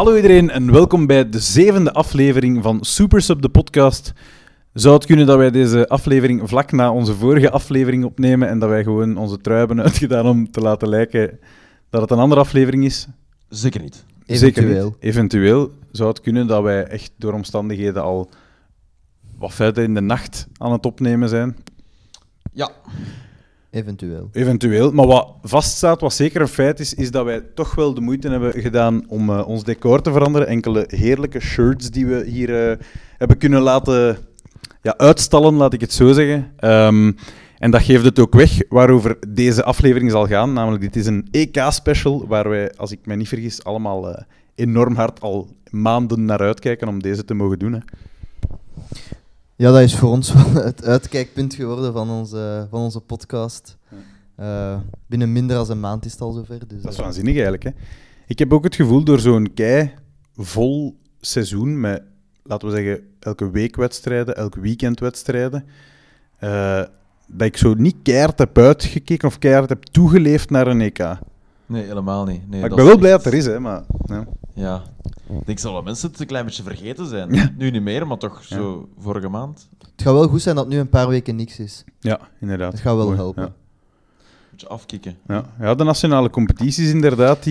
Hallo iedereen en welkom bij de 7e aflevering van Supersub, de podcast. Zou het kunnen dat wij deze aflevering vlak na onze vorige aflevering opnemen en dat wij gewoon onze trui hebben uitgedaan om te laten lijken dat het een andere aflevering is? Zeker niet. Zeker niet. Eventueel zou het kunnen dat wij echt door omstandigheden al wat verder in de nacht aan het opnemen zijn. Ja. Eventueel. Maar wat vaststaat, wat zeker een feit is, is dat wij toch wel de moeite hebben gedaan om ons decor te veranderen. Enkele heerlijke shirts die we hier hebben kunnen laten uitstallen, laat ik het zo zeggen. En dat geeft het ook weg waarover deze aflevering zal gaan. Namelijk, dit is een EK-special waar wij, als ik me niet vergis, allemaal enorm hard al maanden naar uitkijken om deze te mogen doen. Hè. Ja, dat is voor ons wel het uitkijkpunt geworden van onze podcast. Binnen minder dan een maand is het al zover. Dus, dat is waanzinnig eigenlijk. Hè. Ik heb ook het gevoel door zo'n vol seizoen met, laten we zeggen, elke week wedstrijden, elk weekend wedstrijden, dat ik zo niet keihard heb uitgekeken of keihard heb toegeleefd naar een EK. Nee, helemaal niet. Nee, maar ik ben wel blij dat er is, hè. Maar, ja. Ik denk dat mensen het een klein beetje vergeten zijn. Ja. Nu niet meer, maar toch zo vorige maand. Het gaat wel goed zijn dat nu een paar weken niks is. Ja, inderdaad. Het gaat wel helpen. Ja. Een beetje afkicken. Ja, de nationale competities inderdaad,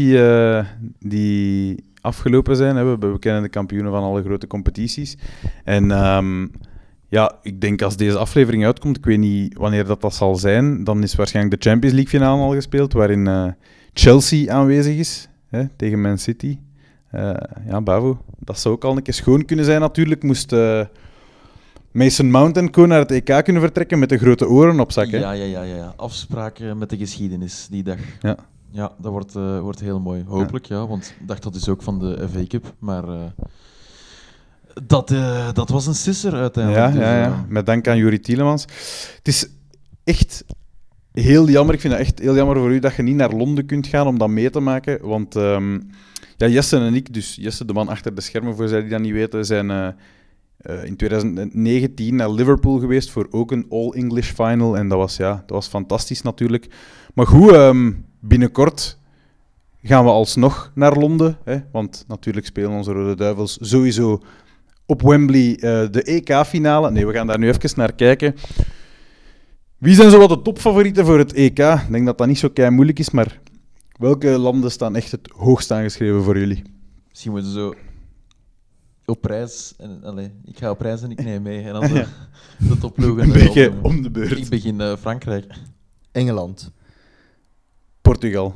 die afgelopen zijn. We kennen de kampioenen van alle grote competities. En ik denk als deze aflevering uitkomt, ik weet niet wanneer dat zal zijn, dan is waarschijnlijk de Champions League finale al gespeeld, waarin Chelsea aanwezig is, tegen Man City. Bravo. Dat zou ook al een keer schoon kunnen zijn natuurlijk. Moest Mason Mount en co naar het EK kunnen vertrekken met de grote oren op zak. Hè? Ja. Afspraken met de geschiedenis die dag. Ja, dat wordt heel mooi. Hopelijk, want ik dacht dat is ook van de FA Cup. Maar dat was een sisser uiteindelijk. Ja. Met dank aan Juri Tielemans. Het is echt heel jammer. Ik vind het echt heel jammer voor u dat je niet naar Londen kunt gaan om dat mee te maken. Want Jesse en ik, dus Jesse, de man achter de schermen, voor zij die dat niet weten, zijn in 2019 naar Liverpool geweest voor ook een All-English final. En dat was fantastisch natuurlijk. Maar goed, binnenkort gaan we alsnog naar Londen. Hè, want natuurlijk spelen onze Rode Duivels sowieso op Wembley de EK-finale. Nee, we gaan daar nu even naar kijken. Wie zijn zo wat de topfavorieten voor het EK? Ik denk dat dat niet zo kei moeilijk is, maar welke landen staan echt het hoogst aangeschreven voor jullie? Misschien moeten we zo op reis. Ik ga op reis en ik neem mee. En dan de topploegen. Een beetje om de beurt. Ik begin Frankrijk. Engeland. Portugal.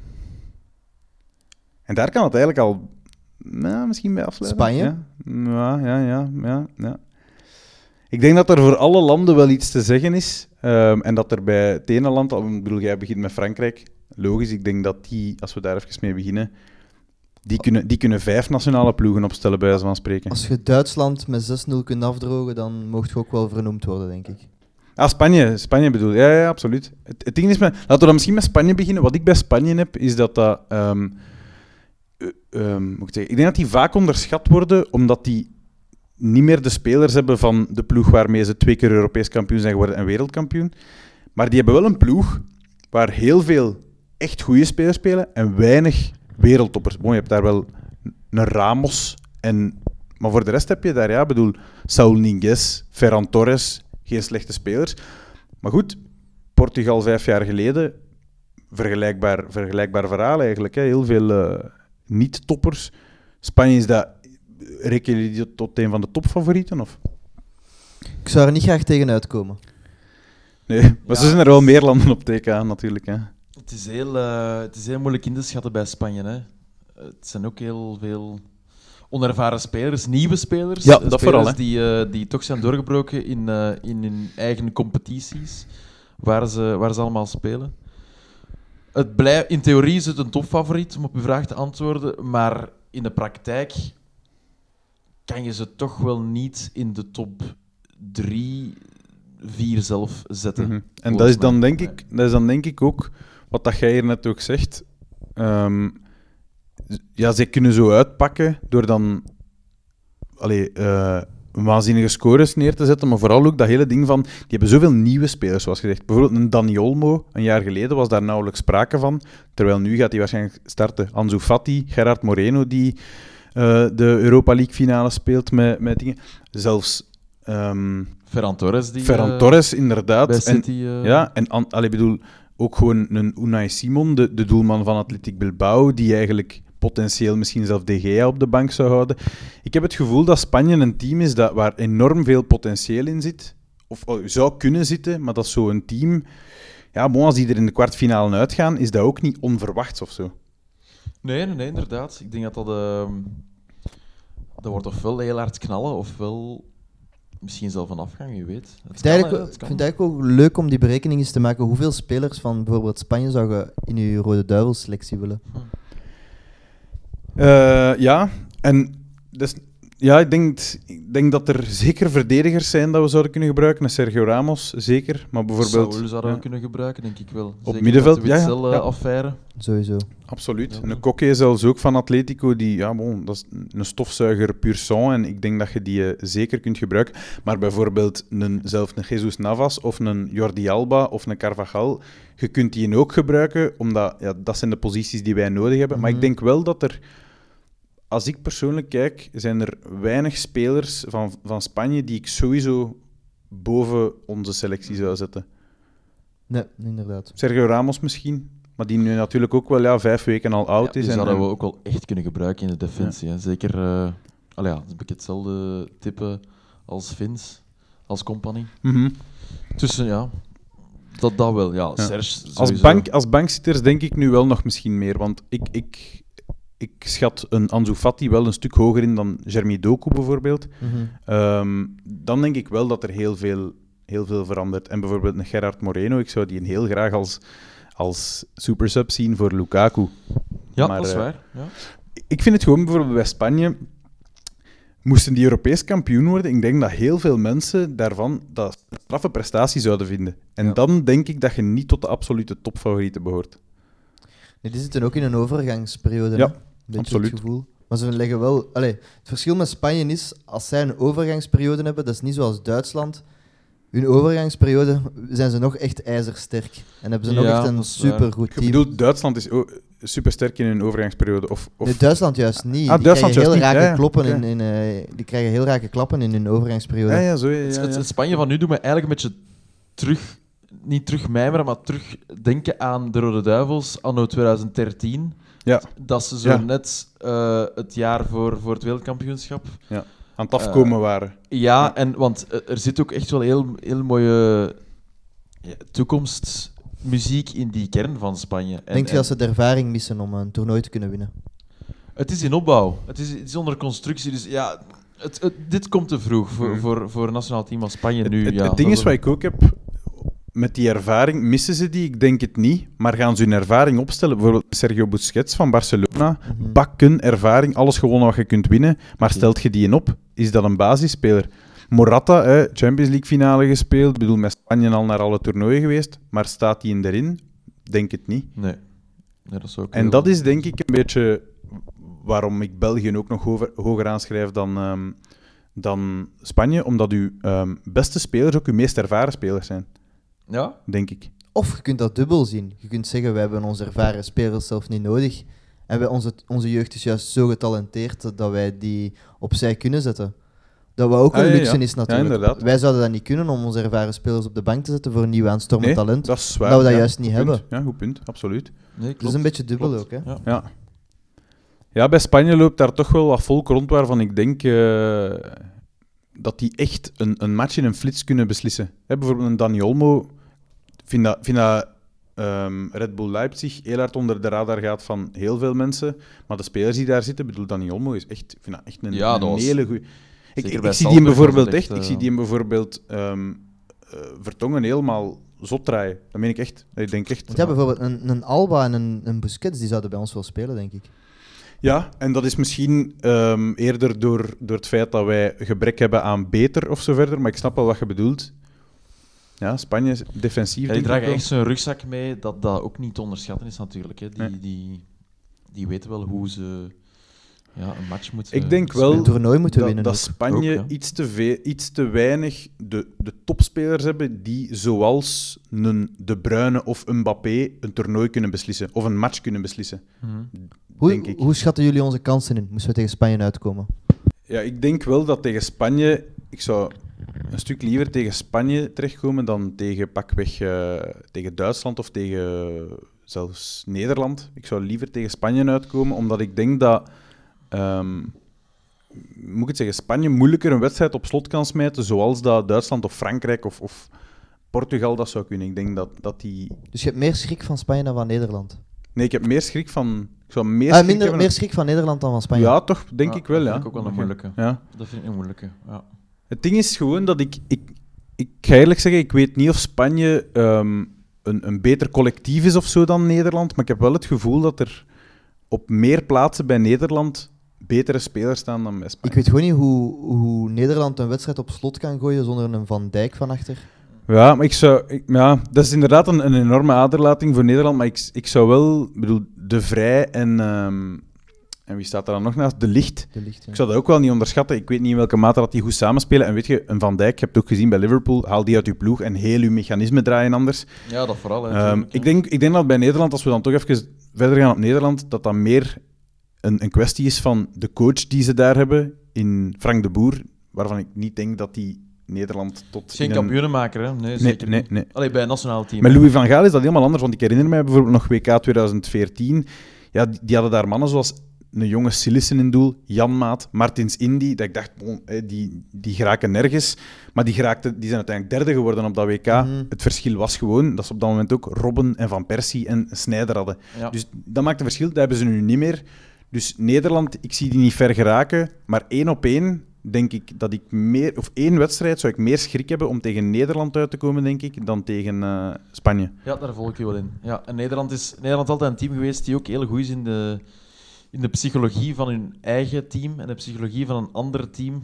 En daar kan het eigenlijk al misschien bij afsluiten. Spanje? Ja. Ik denk dat er voor alle landen wel iets te zeggen is. En dat er bij het ene land, ik bedoel, jij begint met Frankrijk. Logisch, ik denk dat die, als we daar even mee beginnen, die kunnen 5 nationale ploegen opstellen, bij wijze van spreken. Als je Duitsland met 6-0 kunt afdrogen, dan mocht je ook wel vernoemd worden, denk ik. Spanje bedoel ik. Ja, absoluut. Het ding is, laten we dan misschien met Spanje beginnen. Wat ik bij Spanje heb, is dat ik denk dat die vaak onderschat worden, omdat die niet meer de spelers hebben van de ploeg waarmee ze 2 keer Europees kampioen zijn geworden en wereldkampioen. Maar die hebben wel een ploeg waar heel veel echt goede spelers spelen en weinig wereldtoppers. Je hebt daar wel een Ramos, maar voor de rest heb je daar, Saúl Ñíguez, Ferran Torres, geen slechte spelers. Maar goed, Portugal 5 jaar geleden, vergelijkbaar verhaal eigenlijk. Hè. Heel veel niet-toppers. Spanje is dat... Reken je die tot een van de topfavorieten? Of? Ik zou er niet graag tegen uitkomen. Nee, maar zo zijn er wel meer landen op TK natuurlijk. Hè. Het is heel moeilijk in te schatten bij Spanje. Hè. Het zijn ook heel veel onervaren spelers, nieuwe spelers. Ja, dat vooral. Die toch zijn doorgebroken in hun eigen competities, waar ze allemaal spelen. In theorie is het een topfavoriet, om op uw vraag te antwoorden, maar in de praktijk kan je ze toch wel niet in de top 3, 4 zelf zetten. Mm-hmm. En dat is dan denk ik ook, wat dat jij hier net ook zegt, zij kunnen zo uitpakken door dan waanzinnige scores neer te zetten, maar vooral ook dat hele ding van, die hebben zoveel nieuwe spelers, zoals gezegd. Bijvoorbeeld een Dani Olmo, een jaar geleden was daar nauwelijks sprake van, terwijl nu gaat hij waarschijnlijk starten. Ansu Fati, Gerard Moreno, die de Europa League finale speelt met dingen. Zelfs Ferran Torres, Ferran Torres, inderdaad. bij City... Ik bedoel, ook gewoon een Unai Simon, de doelman van Athletic Bilbao, die eigenlijk potentieel misschien zelf De Gea op de bank zou houden. Ik heb het gevoel dat Spanje een team is waar enorm veel potentieel in zit. Of zou kunnen zitten, maar dat is zo'n team... Ja, als die er in de kwartfinale uitgaan, is dat ook niet onverwachts of zo. Nee, inderdaad. Ik denk dat dat wordt ofwel heel hard knallen, ofwel misschien zelf een afgang, wie weet. Ik vind het eigenlijk ook leuk om die berekening eens te maken. Hoeveel spelers van bijvoorbeeld Spanje zou je in je Rode Duivels selectie willen? Ik denk dat er zeker verdedigers zijn dat we zouden kunnen gebruiken. Een Sergio Ramos, zeker. Maar bijvoorbeeld... Saúl zouden we kunnen gebruiken, denk ik wel. Op middenveld, de Witzel-affaire. Sowieso. Absoluut. Ja. Een Koke zelfs ook van Atletico, dat is een stofzuiger pur sang en ik denk dat je die zeker kunt gebruiken. Maar bijvoorbeeld zelfs een Jesus Navas of een Jordi Alba of een Carvajal, je kunt die ook gebruiken, omdat dat zijn de posities die wij nodig hebben. Maar ik denk wel dat er... Als ik persoonlijk kijk, zijn er weinig spelers van Spanje die ik sowieso boven onze selectie zou zetten. Nee, inderdaad. Sergio Ramos misschien, maar die nu natuurlijk ook wel 5 weken al oud is. Die zouden we ook wel echt kunnen gebruiken in de defensie. Hè. Zeker, dat is een beetje hetzelfde type als Vince, als compagnie. Mm-hmm. Tussen, dat wel. Ja, Serge als bankzitters denk ik nu wel nog misschien meer, want ik schat een Ansu Fati wel een stuk hoger in dan Jeremy Doku bijvoorbeeld. Mm-hmm. Dan denk ik wel dat er heel veel verandert. En bijvoorbeeld een Gerard Moreno, ik zou die heel graag als supersub zien voor Lukaku. Ja, maar, dat is waar. Ja. Ik vind het gewoon bijvoorbeeld bij Spanje, moesten die Europees kampioen worden, ik denk dat heel veel mensen daarvan dat straffe prestatie zouden vinden. En dan denk ik dat je niet tot de absolute topfavorieten behoort. Nee, die zitten ook in een overgangsperiode. Ja, beetje absoluut. Het gevoel. Maar ze leggen wel... het verschil met Spanje is, als zij een overgangsperiode hebben, dat is niet zoals Duitsland. Hun overgangsperiode zijn ze nog echt ijzersterk. En hebben ze nog echt een supergoed team. Je bedoelt, Duitsland is supersterk in hun overgangsperiode? Of... Nee, Duitsland juist niet. Die Duitsland krijgen juist heel niet. rake kloppen die krijgen heel rake klappen in hun overgangsperiode. Het Spanje van nu doet me eigenlijk een beetje niet terugmijmeren, maar terugdenken aan de Rode Duivels anno 2013. Ja. Dat ze zo net het jaar voor het wereldkampioenschap aan het afkomen waren. Want er zit ook echt wel heel mooie toekomstmuziek in die kern van Spanje. Denk je dat ze de ervaring missen om een toernooi te kunnen winnen? Het is in opbouw. Het is onder constructie. Dus dit komt te vroeg voor een nationaal team als Spanje nu. Het ding is wat ik ook heb... Met die ervaring missen ze die? Ik denk het niet. Maar gaan ze hun ervaring opstellen? Bijvoorbeeld Sergio Busquets van Barcelona. Bakken, ervaring, alles gewonnen wat je kunt winnen. Maar stelt je die in op? Is dat een basisspeler? Morata, Champions League finale gespeeld. Ik bedoel, met Spanje al naar alle toernooien geweest. Maar staat die erin? Denk het niet. Nee, dat is ook en dat is denk ik een beetje waarom ik België ook nog hoger aanschrijf dan Spanje. Omdat uw beste spelers ook uw meest ervaren spelers zijn. Ja? Denk ik. Of je kunt dat dubbel zien. Je kunt zeggen, wij hebben onze ervaren spelers zelf niet nodig. En onze jeugd is juist zo getalenteerd dat wij die opzij kunnen zetten. Dat wat ook een luxe is natuurlijk. Wij zouden dat niet kunnen om onze ervaren spelers op de bank te zetten voor een nieuw aanstormend talent. Dat is waar. Dat we dat juist niet hebben. Ja, goed punt. Absoluut. Nee, dat is een beetje dubbel ook. Hè? Ja, bij Spanje loopt daar toch wel wat volk rond waarvan ik denk... dat die echt een match in een flits kunnen beslissen. Bijvoorbeeld een Dani Olmo, vind dat Red Bull Leipzig heel hard onder de radar gaat van heel veel mensen. Maar de spelers die daar zitten, bedoel Dani Olmo is echt, vind dat echt een hele goede... Ik zie die hem bijvoorbeeld Vertongen helemaal zot draaien. Dat meen ik echt. Ik denk echt. Want bijvoorbeeld een Alba en een Busquets, die zouden bij ons wel spelen, denk ik. Ja, en dat is misschien eerder door het feit dat wij gebrek hebben aan beter of zo verder, maar ik snap wel wat je bedoelt. Ja, Spanje is defensief. Die dragen echt zo'n rugzak mee, dat ook niet te onderschatten is natuurlijk. Hè. Die weten wel hoe ze een match moeten Ik denk wel een toernooi moeten winnen. Dat Spanje ook, iets te weinig de topspelers hebben die zoals een De Bruyne of een Mbappé een toernooi kunnen beslissen, of een match kunnen beslissen. denk ik. Hoe schatten jullie onze kansen in? Moesten we tegen Spanje uitkomen? Ja, ik denk wel dat tegen Spanje... Ik zou een stuk liever tegen Spanje terechtkomen dan tegen pakweg tegen Duitsland of tegen zelfs Nederland. Ik zou liever tegen Spanje uitkomen, omdat ik denk dat... moet ik het zeggen, Spanje moeilijker een wedstrijd op slot kan smijten, zoals dat Duitsland of Frankrijk of Portugal dat zou kunnen. Ik denk dat die... Dus je hebt meer schrik van Spanje dan van Nederland? Nee, ik heb meer schrik van... Ik zou meer schrik van Nederland dan van Spanje? Ja, toch, denk ik wel, ja. Dat vind ik ook wel een moeilijke. Ja. Dat vind ik een moeilijke, ja. Het ding is gewoon dat ik ga eerlijk zeggen, ik weet niet of Spanje een beter collectief is of zo dan Nederland, maar ik heb wel het gevoel dat er op meer plaatsen bij Nederland betere spelers staan dan bij Spanje. Ik weet gewoon niet hoe Nederland een wedstrijd op slot kan gooien zonder een Van Dijk van achter. Ja, maar dat is inderdaad een enorme aderlating voor Nederland, maar ik zou wel, De Vrij en wie staat er dan nog naast? De Ligt. Ja. Ik zou dat ook wel niet onderschatten. Ik weet niet in welke mate dat die goed samenspelen. En weet je, een Van Dijk, je hebt het ook gezien bij Liverpool, haal die uit je ploeg en heel je mechanisme draaien anders. Ja, dat vooral. Ik denk dat bij Nederland, als we dan toch even verder gaan op Nederland, dat meer een kwestie is van de coach die ze daar hebben, in Frank de Boer, waarvan ik niet denk dat die Nederland tot... Geen kampioenenmaker, hè? Nee, zeker niet. Nee. Allee, bij het nationale team. Met Louis van Gaal is dat helemaal anders, want ik herinner mij bijvoorbeeld nog WK 2014. Ja, die hadden daar mannen zoals een jonge Sillissen in doel, Jan Maat, Martins Indy, dat ik dacht, die geraken nergens. Maar die zijn uiteindelijk derde geworden op dat WK. Het verschil was gewoon dat ze op dat moment ook Robben en Van Persie en Sneijder hadden. Ja. Dus dat maakt een verschil, dat hebben ze nu niet meer. Dus Nederland, ik zie die niet ver geraken, maar 1-op-1 denk ik dat ik één wedstrijd zou ik meer schrik hebben om tegen Nederland uit te komen, denk ik, dan tegen Spanje. Ja, daar volg ik je wel in. Ja, en Nederland is altijd een team geweest die ook heel goed is in de psychologie van hun eigen team en de psychologie van een ander team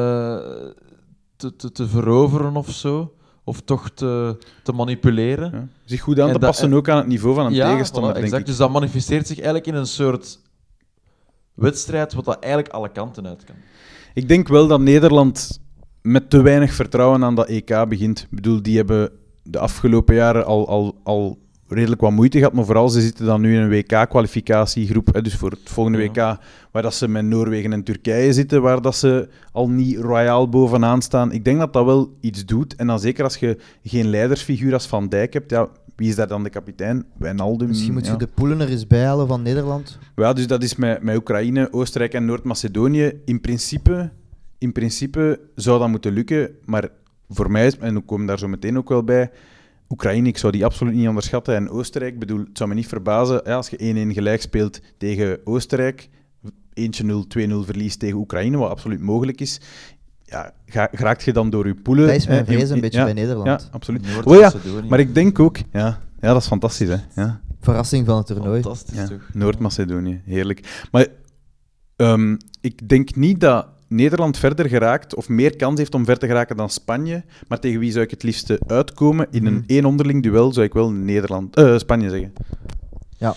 te veroveren of zo. Of toch te manipuleren. Ja. Zich goed aan te passen ook aan het niveau van een tegenstander, denk exact. ik. Dus dat manifesteert zich eigenlijk in een soort wedstrijd wat dat eigenlijk alle kanten uit kan. Ik denk wel dat Nederland met te weinig vertrouwen aan dat EK begint. Ik bedoel, die hebben de afgelopen jaren al redelijk wat moeite gehad, maar vooral ze zitten dan nu in een WK-kwalificatiegroep, dus voor het volgende WK, waar dat ze met Noorwegen en Turkije zitten, waar dat ze al niet royaal bovenaan staan. Ik denk dat dat wel iets doet. En dan zeker als je geen leidersfiguur als Van Dijk hebt, ja, wie is daar dan de kapitein? Wijnaldum. Misschien moet je de poelen er eens bij halen van Nederland. Ja, dus dat is met Oekraïne, Oostenrijk en Noord-Macedonië. In principe zou dat moeten lukken, maar voor mij, en we komen daar zo meteen ook wel bij, Oekraïne, ik zou die absoluut niet onderschatten. En Oostenrijk, ik bedoel, het zou me niet verbazen als je 1-1 gelijk speelt tegen Oostenrijk, 1-0, 2-0 verliest tegen Oekraïne, wat absoluut mogelijk is. Ja, raakt je dan door je poelen... Dat is mijn vrees een beetje bij Nederland. Ja, absoluut. Maar ik denk ook... Ja, dat is fantastisch, hè. Ja. Verrassing van het toernooi. Fantastisch, toch? Noord-Macedonië, heerlijk. Maar ik denk niet dat Nederland verder geraakt of meer kans heeft om ver te geraken dan Spanje. Maar tegen wie zou ik het liefste uitkomen? In een één onderling duel zou ik wel Spanje zeggen. Ja.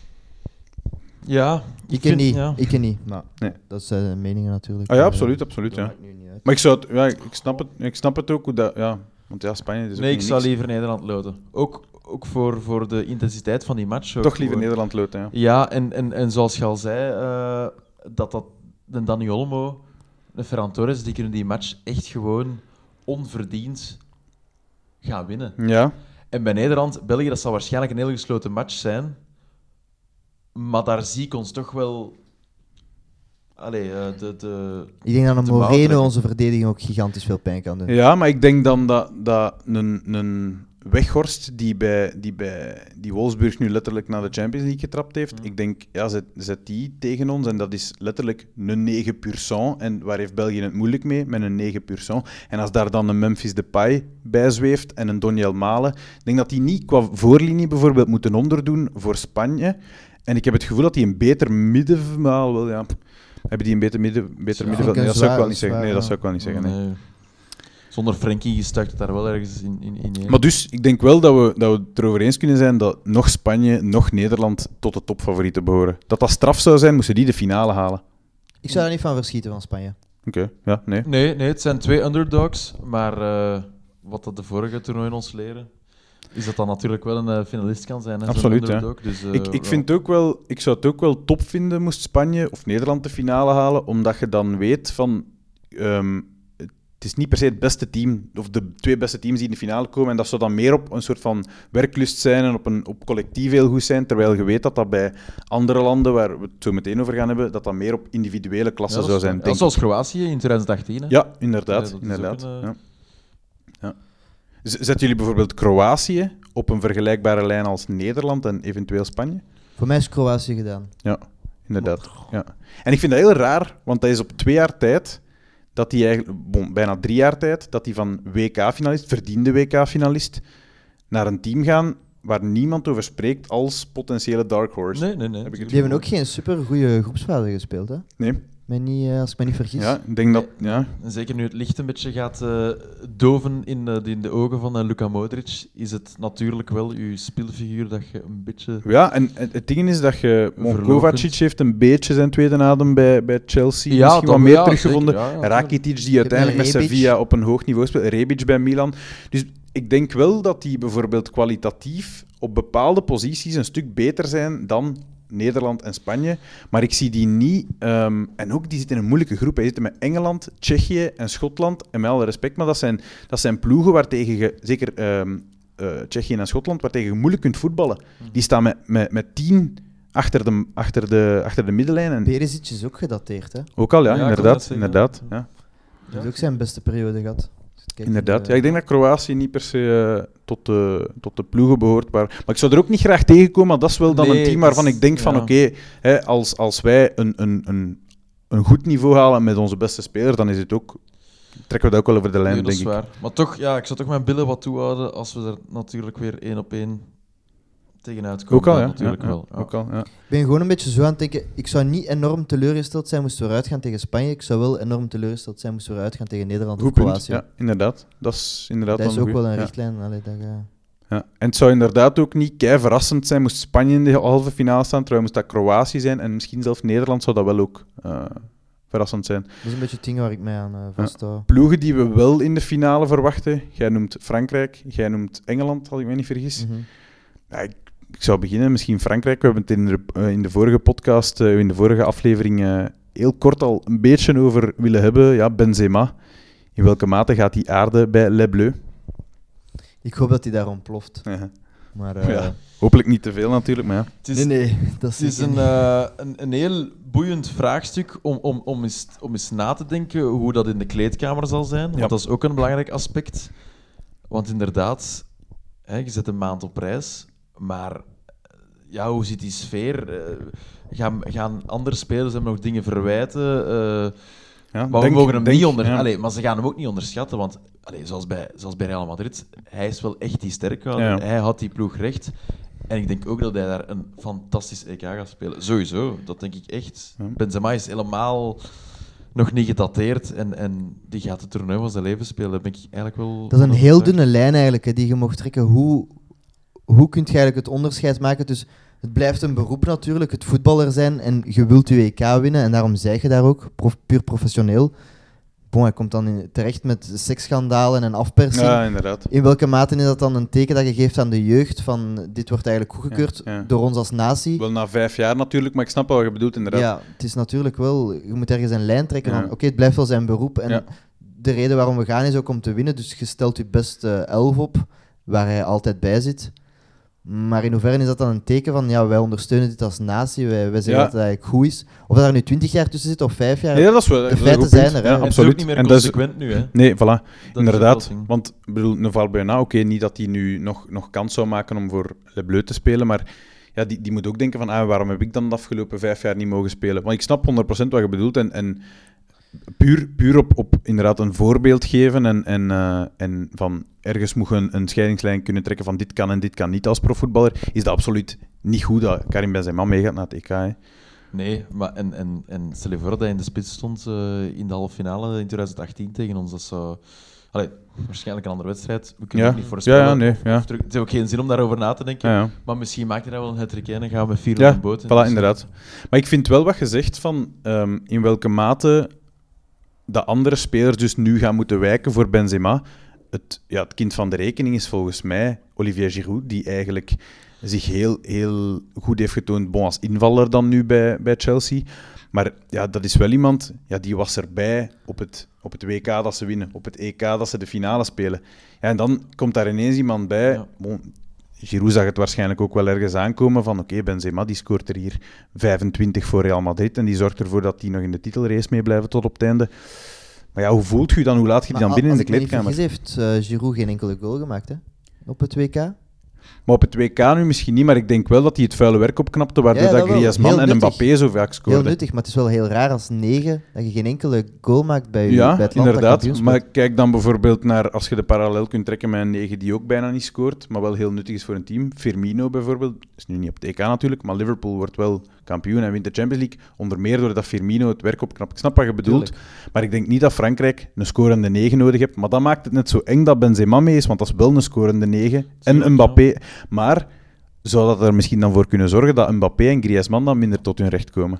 Ja, ik ken niet. Maar nee. Dat zijn meningen natuurlijk. Ja, absoluut. Ja. Maar ik snap het ook. Hoe dat, ja. Want ja, Spanje is ook ik zou liever Nederland loten. Ook voor de intensiteit van die match. Toch liever Nederland loten, ja. Ja, en zoals je al zei, dat de Dani Olmo, de Ferran Torres, die kunnen die match echt gewoon onverdiend gaan winnen. Ja. En bij Nederland-België, dat zal waarschijnlijk een heel gesloten match zijn. Maar daar zie ik ons toch wel... Ik denk dat een Moreno onze verdediging ook gigantisch veel pijn kan doen. Ja, maar ik denk dan dat een Weghorst, die Wolfsburg nu letterlijk naar de Champions League getrapt heeft, ik denk, ja, zet die tegen ons en dat is letterlijk een 9 pur sang. En waar heeft België het moeilijk mee? Met een 9 pur sang. En als daar dan een Memphis Depay bij zweeft en een Doniel Malen, ik denk dat die niet qua voorlinie bijvoorbeeld moeten onderdoen voor Spanje. En ik heb het gevoel dat die een beter middenveld... Wel, ja... Hebben die een beter middenveld? Nee, dat zou ik wel niet zeggen. Nee, dat zou ik wel niet zeggen. Nee. Zonder Frenkie stuikt het daar wel ergens in. Maar dus, ik denk wel dat we het erover eens kunnen zijn dat nog Spanje, nog Nederland tot de topfavorieten behoren. Dat straf zou zijn, moesten die de finale halen. Ik zou er niet van verschieten van Spanje. Oké, ja, nee. Nee, het zijn 2 underdogs, maar wat dat de vorige toernooien ons leren... is dat dan natuurlijk wel een finalist kan zijn. Hè, absoluut, ja. Dus, Ik zou het ook wel top vinden moest Spanje of Nederland de finale halen, omdat je dan weet van... het is niet per se het beste team, of de 2 beste teams die in de finale komen, en dat zou dan meer op een soort van werklust zijn en op collectief heel goed zijn, terwijl je weet dat bij andere landen, waar we het zo meteen over gaan hebben, dat meer op individuele klassen zou zijn. Ja, zoals Kroatië in 2018. Hè? Ja, inderdaad. Ja. Zetten jullie bijvoorbeeld Kroatië op een vergelijkbare lijn als Nederland en eventueel Spanje? Voor mij is Kroatië gedaan. Ja, inderdaad. Ja. En ik vind dat heel raar, want dat is op 2 jaar tijd... dat hij eigenlijk, bijna 3 jaar tijd, dat hij van WK-finalist, verdiende WK-finalist, naar een team gaan waar niemand over spreekt als potentiële dark horse. Nee. Die hebben ook geen super goede groepsfase gespeeld, hè? Nee. Als ik me niet vergis. Ja, ik denk dat... Ja. En zeker nu het licht een beetje gaat doven in de ogen van Luka Modric, is het natuurlijk wel je speelfiguur dat je een beetje... Ja, en het ding is dat je... Kovacic heeft een beetje zijn tweede adem bij Chelsea. Ja, misschien wat meer teruggevonden. Ja, Rakitic, die uiteindelijk met Sevilla op een hoog niveau speelt. Rebic bij Milan. Dus ik denk wel dat die bijvoorbeeld kwalitatief op bepaalde posities een stuk beter zijn dan Nederland en Spanje. Maar ik zie die niet... en ook, die zitten in een moeilijke groep. Die zitten met Engeland, Tsjechië en Schotland. En met alle respect, maar dat zijn ploegen waartegen je... Zeker Tsjechië en Schotland, waartegen je moeilijk kunt voetballen. Die staan met 10 achter de middenlijn. En... Perisic is ook gedateerd, hè? Ook al, ja, inderdaad. Ja. Hij heeft ook zijn beste periode gehad. Kijk, inderdaad. Ja, ik denk dat Kroatië niet per se tot de ploegen behoort. Maar ik zou er ook niet graag tegenkomen, maar dat is wel dan een team waarvan ik denk van oké, als wij een goed niveau halen met onze beste speler, dan is het ook... Trekken we dat ook wel over de lijn, denk ik. Dat is waar. Maar toch, ja, ik zou toch mijn billen wat toehouden als we er natuurlijk weer 1-op-1 tegenuit komen. Ook al, ja. Natuurlijk wel. Ja. Ook al, ja. Ik ben gewoon een beetje zo aan het denken, ik zou niet enorm teleurgesteld zijn moesten we eruit gaan tegen Spanje. Ik zou wel enorm teleurgesteld zijn moesten we eruit gaan tegen Nederland of Kroatië. Ja, inderdaad. Dat is inderdaad dat is ook wel een ja. richtlijn. Allee, Ja. En het zou inderdaad ook niet kei verrassend zijn moest Spanje in de halve finale staan, terwijl moest dat Kroatië zijn en misschien zelfs Nederland zou dat wel ook verrassend zijn. Dat is een beetje het ding waar ik mij aan vasthoud. Ploegen die we wel in de finale verwachten, jij noemt Frankrijk, jij noemt Engeland, als ik me niet vergis. Mm-hmm. Ja, ik zou beginnen, misschien Frankrijk. We hebben het in de vorige podcast, in de vorige aflevering, heel kort al een beetje over willen hebben. Ja, Benzema. In welke mate gaat hij aarden bij Les Bleus? Ik hoop dat hij daar ontploft. Ja. Maar, ja, hopelijk niet te veel natuurlijk, maar ja. Dat is een heel boeiend vraagstuk om eens na te denken hoe dat in de kleedkamer zal zijn. Want dat is ook een belangrijk aspect. Want inderdaad, je zet een maand op reis, maar ja, hoe zit die sfeer? Gaan andere spelers hem nog dingen verwijten? Maar we mogen hem niet onderschatten. Maar ze gaan hem ook niet onderschatten, want zoals bij Real Madrid, hij is wel echt die sterkhouder. Ja. Hij had die ploeg recht. En ik denk ook dat hij daar een fantastisch EK gaat spelen. Sowieso, dat denk ik echt. Ja. Benzema is helemaal nog niet gedateerd en die gaat het toernooi van zijn leven spelen. Dat ben ik eigenlijk wel... Dat is een heel dunne lijn eigenlijk, hè, die je mocht trekken. Hoe kun je eigenlijk het onderscheid maken tussen... Het blijft een beroep natuurlijk, het voetballer zijn en je wilt je EK winnen en daarom zeg je daar ook, puur professioneel. Hij komt dan terecht met seksschandalen en afpersing. Ja, inderdaad. In welke mate is dat dan een teken dat je geeft aan de jeugd van dit wordt eigenlijk goedgekeurd door ons als natie? Wel na 5 jaar natuurlijk, maar ik snap wat je bedoelt inderdaad. Ja, het is natuurlijk wel... Je moet ergens een lijn trekken van oké, het blijft wel zijn beroep en de reden waarom we gaan is ook om te winnen, dus je stelt je beste 11 op, waar hij altijd bij zit. Maar in hoeverre is dat dan een teken van, ja, wij ondersteunen dit als natie, wij zeggen dat het eigenlijk goed is. Of daar nu 20 jaar tussen zit of 5 jaar, dat is wel, de feiten zijn er. Ja, absoluut. Het is ook niet meer consequent nu, hè? Nee, voilà. Dat inderdaad. Want ik bedoel, een Valbuena, oké, niet dat hij nu nog kans zou maken om voor Les Bleus te spelen, maar ja, die moet ook denken van, waarom heb ik dan de afgelopen 5 jaar niet mogen spelen? Want ik snap 100% wat je bedoelt en puur op inderdaad een voorbeeld geven en van ergens moet je een scheidingslijn kunnen trekken van dit kan en dit kan niet als profvoetballer, is dat absoluut niet goed dat Karim Benzema meegaat naar het EK. Hè. Nee, maar en stel je voor dat hij in de spits stond in de halve finale in 2018 tegen ons. Dat zou... waarschijnlijk een andere wedstrijd. We kunnen het niet voorspellen. Het heeft ook geen zin om daarover na te denken. Ja. Maar misschien maakt hij dat wel een hat-trick en gaan we met 4 op een boot. Voilà, inderdaad. Maar ik vind wel wat je zegt van in welke mate de andere spelers dus nu gaan moeten wijken voor Benzema. Het kind van de rekening is volgens mij Olivier Giroud, die eigenlijk zich heel, heel goed heeft getoond, als invaller dan nu bij Chelsea. Maar ja, dat is wel iemand, die was erbij op het WK dat ze winnen, op het EK dat ze de finale spelen. Ja, en dan komt daar ineens iemand bij. Ja. Giroud zag het waarschijnlijk ook wel ergens aankomen van oké, Benzema die scoort er hier 25 voor Real Madrid en die zorgt ervoor dat die nog in de titelrace mee blijven tot op het einde. Maar ja, hoe voelt je dan? Hoe laat je die dan binnen in de kleedkamer? Heeft Giroud geen enkele goal gemaakt, hè? Op het WK? Maar op het WK nu misschien niet, maar ik denk wel dat hij het vuile werk opknapte, waardoor dat Griezmann en Mbappé zo vaak scoorden. Heel nuttig, maar het is wel heel raar als 9 dat je geen enkele goal maakt bij het land. Ja, inderdaad. Maar kijk dan bijvoorbeeld naar, als je de parallel kunt trekken met een 9 die ook bijna niet scoort, maar wel heel nuttig is voor een team. Firmino bijvoorbeeld, is nu niet op het EK natuurlijk, maar Liverpool wordt wel kampioen en wint de Champions League, onder meer doordat Firmino het werk opknapt. Ik snap wat je bedoelt, tuurlijk. Maar ik denk niet dat Frankrijk een scorende 9 nodig heeft, maar dat maakt het net zo eng dat Benzema mee is, want dat is wel een scorende 9 en Mbappé. Maar zou dat er misschien dan voor kunnen zorgen dat Mbappé en Griezmann dan minder tot hun recht komen?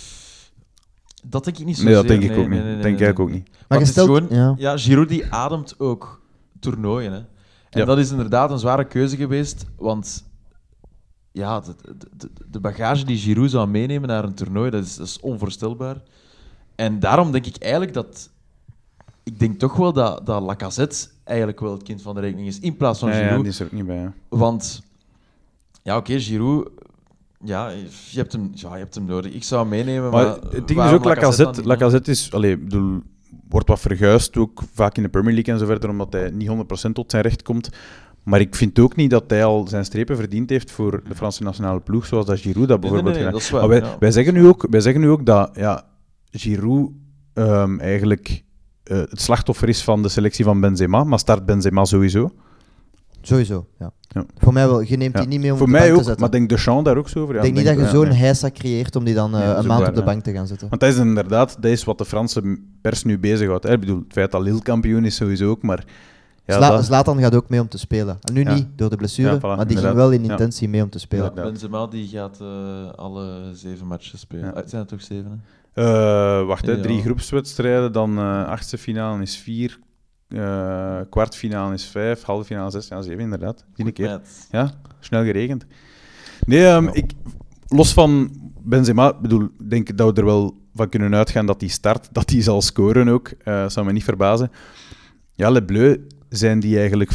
Dat denk ik niet zo. Nee, dat denk ik ook niet. Dat denk ik ook niet. Maar het is gewoon, Giroud die ademt ook toernooien. Hè. En dat is inderdaad een zware keuze geweest, want ja, de bagage die Giroud zou meenemen naar een toernooi, dat is onvoorstelbaar. En daarom denk ik eigenlijk dat... Ik denk toch wel dat Lacazette eigenlijk wel het kind van de rekening is, in plaats van Giroud. Ja, die is er ook niet bij. Ja. Want, Giroud... Ja, je hebt hem nodig. Ik zou hem meenemen, maar het ding is ook, Lacazette is... wordt wat verguisd, ook vaak in de Premier League en zo verder, omdat hij niet 100% tot zijn recht komt. Maar ik vind ook niet dat hij al zijn strepen verdiend heeft voor de Franse nationale ploeg, zoals dat Giroud dat bijvoorbeeld gedaan heeft. Maar wij zeggen nu ook dat Giroud eigenlijk het slachtoffer is van de selectie van Benzema, maar start Benzema sowieso? Sowieso, ja. Voor mij wel. Je neemt die niet mee om voor op de bank te zetten. Maar denk Deschamps daar ook zo over? Ik denk niet dat je zo'n heisa creëert om die dan een maand op de bank te gaan zetten. Want dat is inderdaad wat de Franse pers nu bezighoudt. Ik bedoel, het feit dat Lille kampioen is sowieso ook, maar... Ja, Zlatan gaat ook mee om te spelen. En nu niet, door de blessure, maar die ging wel in intentie mee om te spelen. Benzema die gaat alle 7 matches spelen. Ja. Zijn het toch 7? 3 groepswedstrijden, dan achtste finale is 4, kwartfinale is 5, halve finale 6, 7 inderdaad. 10 keer. Ja, snel geregend. Nee, los van Benzema, denk dat we er wel van kunnen uitgaan dat hij start, dat hij zal scoren ook. Zou me niet verbazen. Ja, Les Bleus, zijn die eigenlijk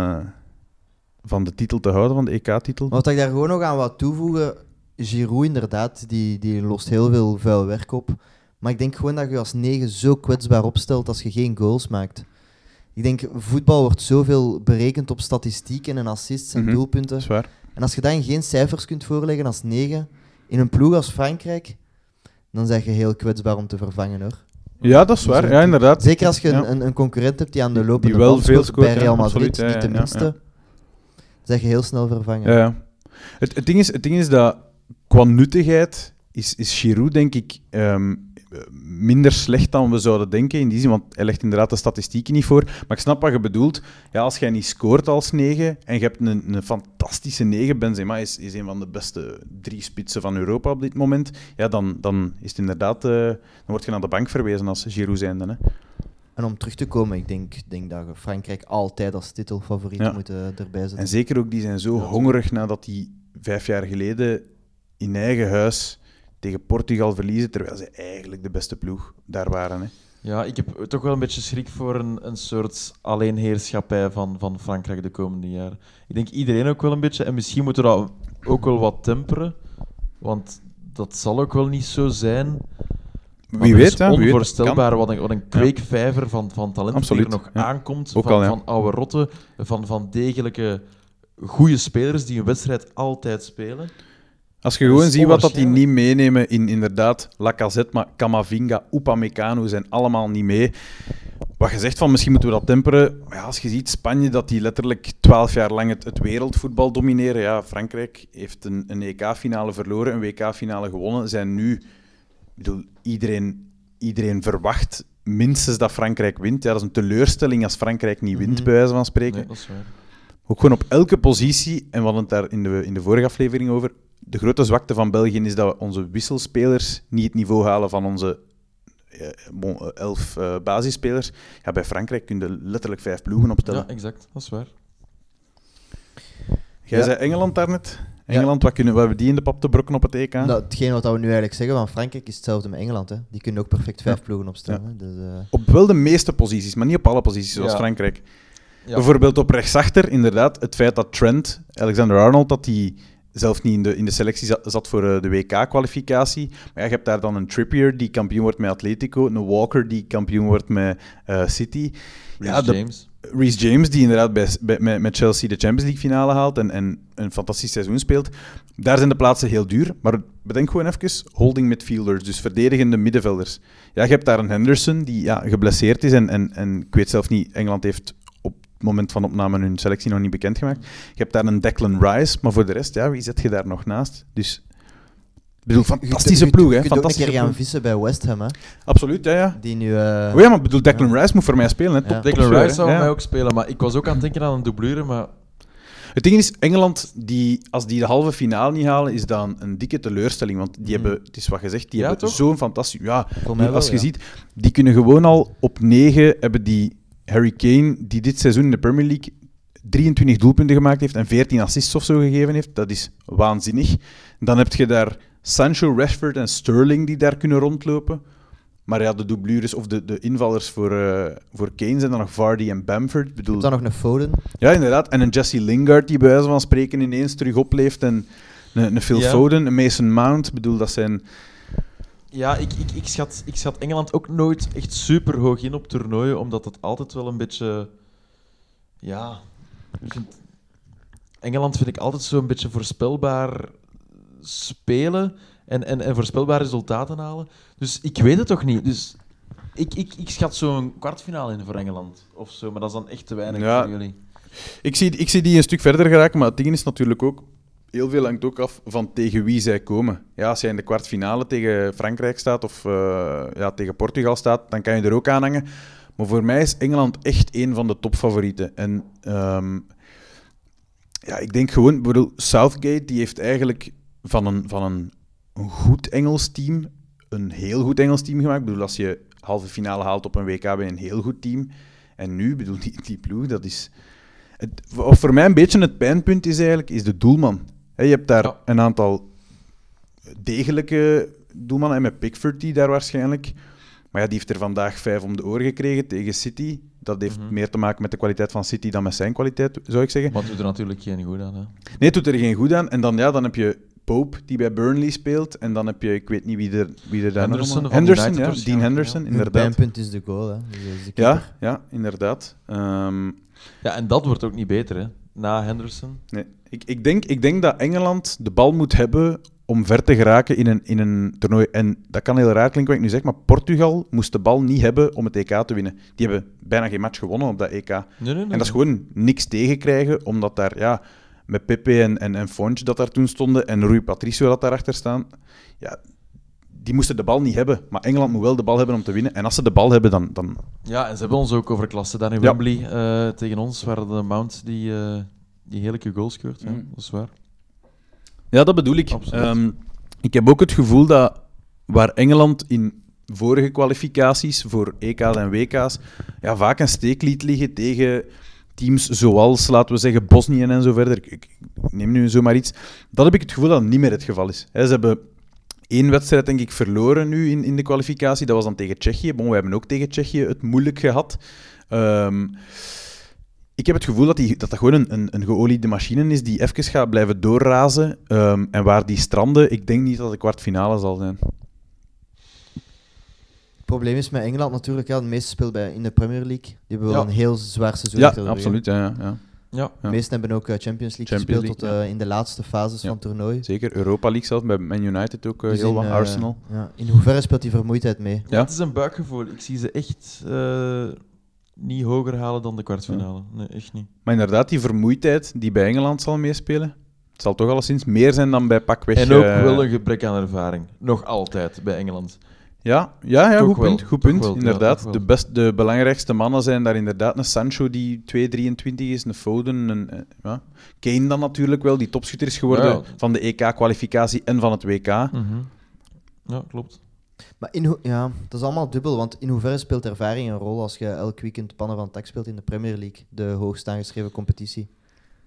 van de titel te houden, van de EK-titel? Wat ik daar gewoon nog aan wat toevoegen, Giroud inderdaad, die lost heel veel vuil werk op. Maar ik denk gewoon dat je als 9 zo kwetsbaar opstelt als je geen goals maakt. Ik denk, voetbal wordt zoveel berekend op statistieken en assists en doelpunten. Zwaar. En als je dan geen cijfers kunt voorleggen als 9, in een ploeg als Frankrijk, dan ben je heel kwetsbaar om te vervangen, hoor. Ja, dat is waar. Ja, inderdaad. Zeker als je een concurrent hebt die aan de lopende band speelt, bij Real Madrid, niet de minste, zeg je heel snel vervangen. Ja. Het ding is dat qua nuttigheid is Giroud, denk ik, minder slecht dan we zouden denken. In die zin, want hij legt inderdaad de statistieken niet voor. Maar ik snap wat je bedoelt. Ja, als jij niet scoort als 9 en je hebt een fantastische 9, Benzema is een van de beste 3 spitsen van Europa op dit moment, ja, dan is het inderdaad... dan word je naar de bank verwezen als Giroud zijnde. Hè. En om terug te komen, ik denk dat je Frankrijk altijd als titelfavoriet moet erbij zetten. En zeker ook, die zijn zo hongerig nadat die 5 jaar geleden in eigen huis tegen Portugal verliezen, terwijl ze eigenlijk de beste ploeg daar waren. Hè. Ja, ik heb toch wel een beetje schrik voor een soort alleenheerschappij van Frankrijk de komende jaren. Ik denk iedereen ook wel een beetje, en misschien moeten we dat ook wel wat temperen, want dat zal ook wel niet zo zijn. Wie weet, ja. Onvoorstelbaar wat een kweekvijver van talent die er nog aankomt, van oude rotten, van degelijke goede spelers die een wedstrijd altijd spelen. Als je gewoon ziet wat die niet meenemen in inderdaad Lacazette, maar Camavinga, Upamecano zijn allemaal niet mee. Wat je zegt van misschien moeten we dat temperen. Maar ja, als je ziet Spanje dat die letterlijk 12 jaar lang het wereldvoetbal domineren. Ja, Frankrijk heeft een EK-finale verloren, een WK-finale gewonnen. Zijn nu, iedereen verwacht minstens dat Frankrijk wint. Ja, dat is een teleurstelling als Frankrijk niet wint, bij wijze van spreken. Nee, dat is waar. Ook gewoon op elke positie, en we hadden het daar in de vorige aflevering over. De grote zwakte van België is dat onze wisselspelers niet het niveau halen van onze 11 basisspelers. Ja, bij Frankrijk kun je letterlijk 5 ploegen opstellen. Ja, exact. Dat is waar. Jij zei Engeland daarnet. Engeland, wat hebben die in de pap te brokken op het EK? Nou, hetgeen wat we nu eigenlijk zeggen van Frankrijk is hetzelfde met Engeland. Hè. Die kunnen ook perfect 5 ploegen opstellen. Ja. Hè. Dus, Op wel de meeste posities, maar niet op alle posities, zoals Frankrijk. Ja. Bijvoorbeeld op rechtsachter, inderdaad, het feit dat Trent, Alexander-Arnold, dat die zelf niet in de selectie zat voor de WK-kwalificatie. Maar je hebt daar dan een Trippier die kampioen wordt met Atletico, een Walker die kampioen wordt met City. Reece James, die inderdaad met Chelsea de Champions League finale haalt en een fantastisch seizoen speelt. Daar zijn de plaatsen heel duur, maar bedenk gewoon even holding midfielders, dus verdedigende middenvelders. Ja, je hebt daar een Henderson die geblesseerd is en ik weet zelf niet, Engeland heeft op het moment van opname hun selectie nog niet bekendgemaakt. Je hebt daar een Declan Rice, maar voor de rest, wie zet je daar nog naast? Dus... Ik bedoel, fantastische ploeg, hè. Je kunt ook een keer gaan vissen bij West Ham, hè. Absoluut, ja. Die nu... maar ik bedoel, Declan Rice moet voor mij spelen, hè. Top, Declan Rice zou mij ook spelen, maar ik was ook aan het denken aan een doublure, maar... Het ding is, Engeland, als die de halve finale niet halen, is dan een dikke teleurstelling, want die hebben, het is wat gezegd, die hebben zo'n fantastisch... Ja, als je ziet, die kunnen gewoon al op 9 hebben die Harry Kane, die dit seizoen in de Premier League 23 doelpunten gemaakt heeft en 14 assists of zo gegeven heeft. Dat is waanzinnig. Dan heb je daar Sancho, Rashford en Sterling die daar kunnen rondlopen. Maar ja, de doublures of de invallers voor Kane zijn dan nog Vardy en Bamford. Je hebt dan nog een Foden. Ja, inderdaad. En een Jesse Lingard die bij wijze van spreken ineens terug opleeft. En een Phil Foden, een Mason Mount. Ik bedoel, dat zijn... Ja, ik schat Engeland ook nooit echt super hoog in op toernooien, omdat het altijd wel een beetje... Ja... Engeland vind ik altijd zo'n beetje voorspelbaar spelen en voorspelbare resultaten halen. Dus ik weet het toch niet. Dus ik schat zo'n kwartfinale in voor Engeland of zo, maar dat is dan echt te weinig voor jullie. Ik zie die een stuk verder geraken, maar het ding is natuurlijk ook... Heel veel hangt ook af van tegen wie zij komen. Ja, als jij in de kwartfinale tegen Frankrijk staat of tegen Portugal staat, dan kan je er ook aan hangen. Maar voor mij is Engeland echt een van de topfavorieten. En ik denk gewoon... Bedoel, Southgate die heeft eigenlijk van een goed Engels team een heel goed Engels team gemaakt. Ik bedoel, als je halve finale haalt op een WK ben je een heel goed team. En nu, bedoel, die ploeg, dat is... voor mij een beetje het pijnpunt is de doelman. Je hebt daar een aantal degelijke doelmannen, en met Pickford die daar waarschijnlijk... Maar ja, die heeft er vandaag 5 om de oren gekregen tegen City. Dat heeft meer te maken met de kwaliteit van City dan met zijn kwaliteit, zou ik zeggen. Maar het doet er natuurlijk geen goed aan. Hè? Nee, het doet er geen goed aan. En dan heb je Pope, die bij Burnley speelt. En dan heb je, ik weet niet wie er daar nog... Henderson, ja. Dean Henderson, inderdaad. Het pijnpunt is de goal, hè. Dus ja, inderdaad. Ja, en dat wordt ook niet beter, hè. Na Henderson. Nee. Ik denk dat Engeland de bal moet hebben om ver te geraken in een toernooi. En dat kan heel raar klinken wat ik nu zeg, maar Portugal moest de bal niet hebben om het EK te winnen. Die hebben bijna geen match gewonnen op dat EK. Nee. En dat is gewoon niks tegenkrijgen, omdat daar met Pepe en Fonch dat daar toen stonden en Rui Patricio dat daarachter staan, die moesten de bal niet hebben. Maar Engeland moet wel de bal hebben om te winnen. En als ze de bal hebben, dan... Ja, en ze hebben ons ook overklassen daar in Wembley tegen ons, waar de Mount die heerlijke goal scoort. Ja, dat is waar. Ja, dat bedoel ik. Ik heb ook het gevoel dat waar Engeland in vorige kwalificaties voor EK's en WK's vaak een steek liet liggen tegen teams zoals, laten we zeggen, Bosnië en zo verder. Ik neem nu zomaar iets. Dat heb ik het gevoel dat het niet meer het geval is. Ze hebben 1 wedstrijd, denk ik, verloren nu in de kwalificatie. Dat was dan tegen Tsjechië. We hebben ook tegen Tsjechië het moeilijk gehad. Ik heb het gevoel dat gewoon een geoliede machine is die even gaat blijven doorrazen. En waar die stranden, ik denk niet dat het kwartfinale zal zijn. Het probleem is met Engeland natuurlijk, de meeste spelen in de Premier League. Die hebben wel een heel zwaar seizoen. Ja, absoluut. Ja. De meesten hebben ook Champions League gespeeld tot in de laatste fases van het toernooi. Zeker, Europa League zelfs, bij Man United ook dus heel wat, Arsenal. In hoeverre speelt die vermoeidheid mee? Ja, het is een buikgevoel. Ik zie ze echt niet hoger halen dan de kwartfinale. Nee, echt niet. Maar inderdaad, die vermoeidheid die bij Engeland zal meespelen, het zal toch alleszins meer zijn dan bij pakweg... En ook wel een gebrek aan ervaring. Nog altijd bij Engeland. Ja, goed punt, inderdaad. De belangrijkste mannen zijn daar inderdaad een Sancho die 2,23 is, een Foden, Kane dan natuurlijk wel, die topschutter is geworden van de EK-kwalificatie en van het WK. Mm-hmm. Ja, klopt. Maar dat is allemaal dubbel, want in hoeverre speelt ervaring een rol als je elk weekend pannen van tak speelt in de Premier League, de hoogst aangeschreven competitie?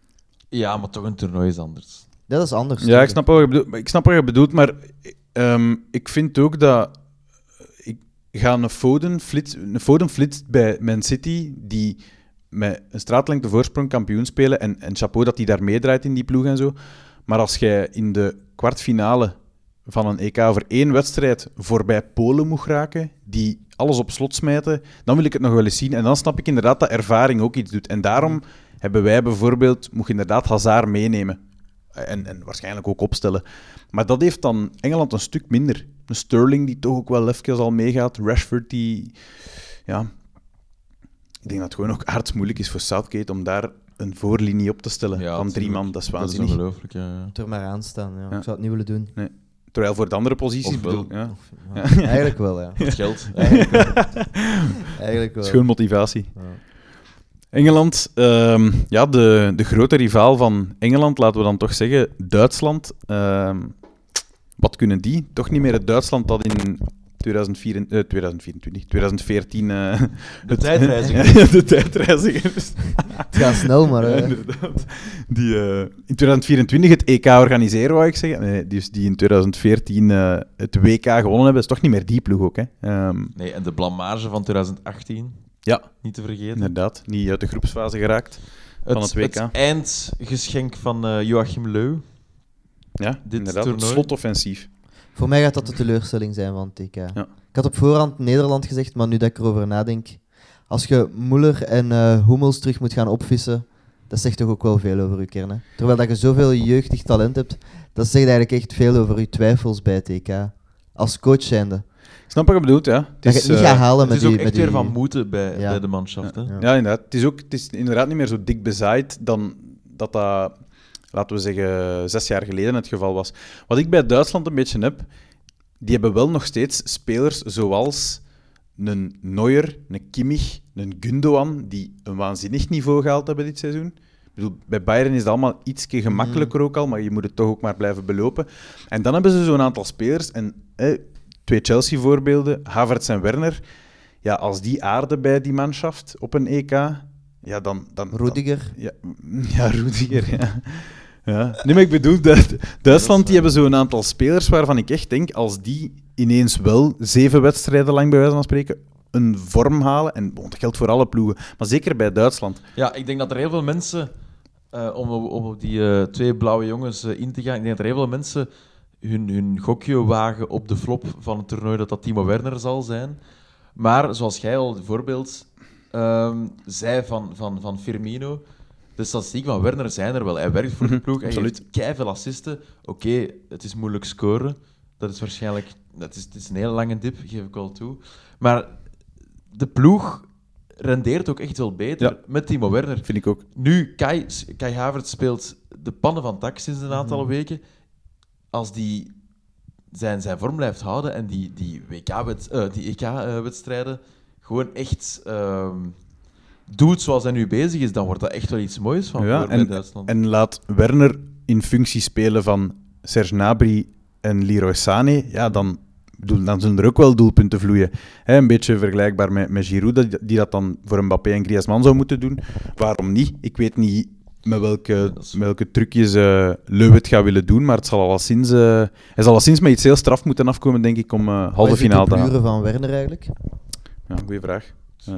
Ja, maar toch een toernooi is anders. Dat is anders. Ja, ik snap wat je bedoelt, maar ik vind ook dat... Een Foden flitst bij Man City, die met een straatlengte voorsprong kampioen spelen, en chapeau dat hij daar meedraait in die ploeg en zo. Maar als jij in de kwartfinale van een EK over 1 wedstrijd voorbij Polen moet raken, die alles op slot smijten, dan wil ik het nog wel eens zien. En dan snap ik inderdaad dat ervaring ook iets doet. En daarom hebben wij bijvoorbeeld, moet je inderdaad Hazard meenemen. En waarschijnlijk ook opstellen. Maar dat heeft dan Engeland een stuk minder. Een Sterling die toch ook wel even al meegaat. Rashford die... Ja... Ik denk dat het gewoon ook aardsmoeilijk is voor Southgate om daar een voorlinie op te stellen van 3 man. Dat is waanzinnig. Dat is ongelooflijk, ja. Moet er maar aan staan, ja. Ik zou het niet willen doen. Nee. Terwijl voor de andere posities... Eigenlijk wel, ja. Het geld. Eigenlijk wel. Schoon motivatie. Ja. Engeland, de grote rivaal van Engeland, laten we dan toch zeggen, Duitsland. Wat kunnen die? Toch niet meer het Duitsland dat in 2014... de tijdreiziger. De tijdreizigers. Het gaat snel, maar... Inderdaad. Die in 2024 het EK organiseren, wou ik zeggen. Nee, dus die in 2014 het WK gewonnen hebben, is toch niet meer die ploeg ook. Hè? Nee, en de blamage van 2018... Ja, niet te vergeten. Inderdaad, niet uit de groepsfase geraakt van het WK. Het eindgeschenk van Joachim Löw. Ja, inderdaad, het slotoffensief. Voor mij gaat dat de teleurstelling zijn van het TK. Ja. Ik had op voorhand Nederland gezegd, maar nu dat ik erover nadenk... Als je Müller en Hummels terug moet gaan opvissen, dat zegt toch ook wel veel over je kern. Hè? Terwijl dat je zoveel jeugdig talent hebt, dat zegt eigenlijk echt veel over je twijfels bij het TK. Als coach zijnde. Ik snap wat je bedoelt, ja. Dat je het niet gaat halen met die... Het is ook echt weer van moeten bij de manschaft. Hè? Ja, inderdaad. Het is inderdaad niet meer zo dik bezaaid dan dat, laten we zeggen, 6 jaar geleden het geval was. Wat ik bij Duitsland een beetje heb, die hebben wel nog steeds spelers zoals een Neuer, een Kimmich, een Gundogan, die een waanzinnig niveau gehaald hebben dit seizoen. Ik bedoel, bij Bayern is het allemaal ietsje gemakkelijker ook al, maar je moet het toch ook maar blijven belopen. En dan hebben ze zo'n aantal spelers, en 2 Chelsea-voorbeelden, Havertz en Werner. Ja, als die aarden bij die manschaft op een EK, ja, dan... Rudiger. Ja, Rudiger, ja. Ja. Nee, maar ik bedoel, Duitsland die hebben zo'n aantal spelers waarvan ik echt denk, als die ineens wel 7 wedstrijden lang, bij wijze van spreken, een vorm halen, en dat geldt voor alle ploegen, maar zeker bij Duitsland. Ja, ik denk dat er heel veel mensen, om op die 2 blauwe jongens in te gaan, ik denk dat er heel veel mensen hun gokje wagen op de flop van het toernooi, dat Timo Werner zal zijn. Maar, zoals jij al voorbeeld zei van Firmino, de statistiek van Werner zijn er wel. Hij werkt voor de ploeg, hij heeft keiveel assisten. Oké, het is moeilijk scoren. Dat is waarschijnlijk... Het is een hele lange dip, geef ik al toe. Maar de ploeg rendeert ook echt wel beter met Timo Werner. Vind ik ook. Nu, Kai Havertz speelt de pannen van tak sinds een aantal weken. Als die zijn vorm blijft houden en die EK-wedstrijden gewoon echt doet zoals hij nu bezig is, dan wordt dat echt wel iets moois van bij Duitsland. En laat Werner in functie spelen van Serge Gnabry en Leroy Sané, ja, dan zullen er ook wel doelpunten vloeien. Een beetje vergelijkbaar met Giroud, die dat dan voor Mbappé en Griezmann zou moeten doen. Waarom niet? Ik weet niet met welke trucjes Löw het gaat willen doen, maar het zal hij zal alleszins met iets heel straf moeten afkomen, denk ik, om halve finale te halen. Wat is de van Werner eigenlijk? Ja, goeie vraag.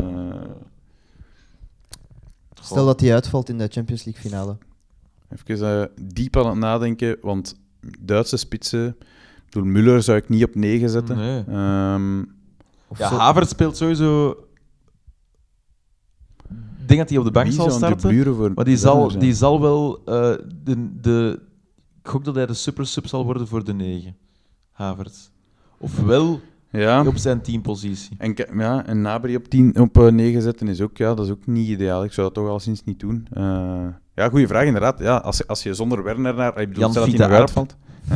Stel dat hij uitvalt in de Champions League finale. Even diep aan het nadenken, want Duitse spitsen... Ik bedoel, Müller zou ik niet op 9 zetten. Nee. Havertz speelt sowieso... Ik denk dat hij op de bank zal starten, maar die zal wel... Ik hoop dat hij de supersub zal worden voor de 9, Havertz. Ofwel op zijn teampositie. En Gnabry op 9 zetten is ook, dat is ook niet ideaal. Ik zou dat toch al sinds niet doen. Ja, goede vraag inderdaad. Ja, als je zonder Werner naar... Ik bedoel, dat hij nog uitvalt.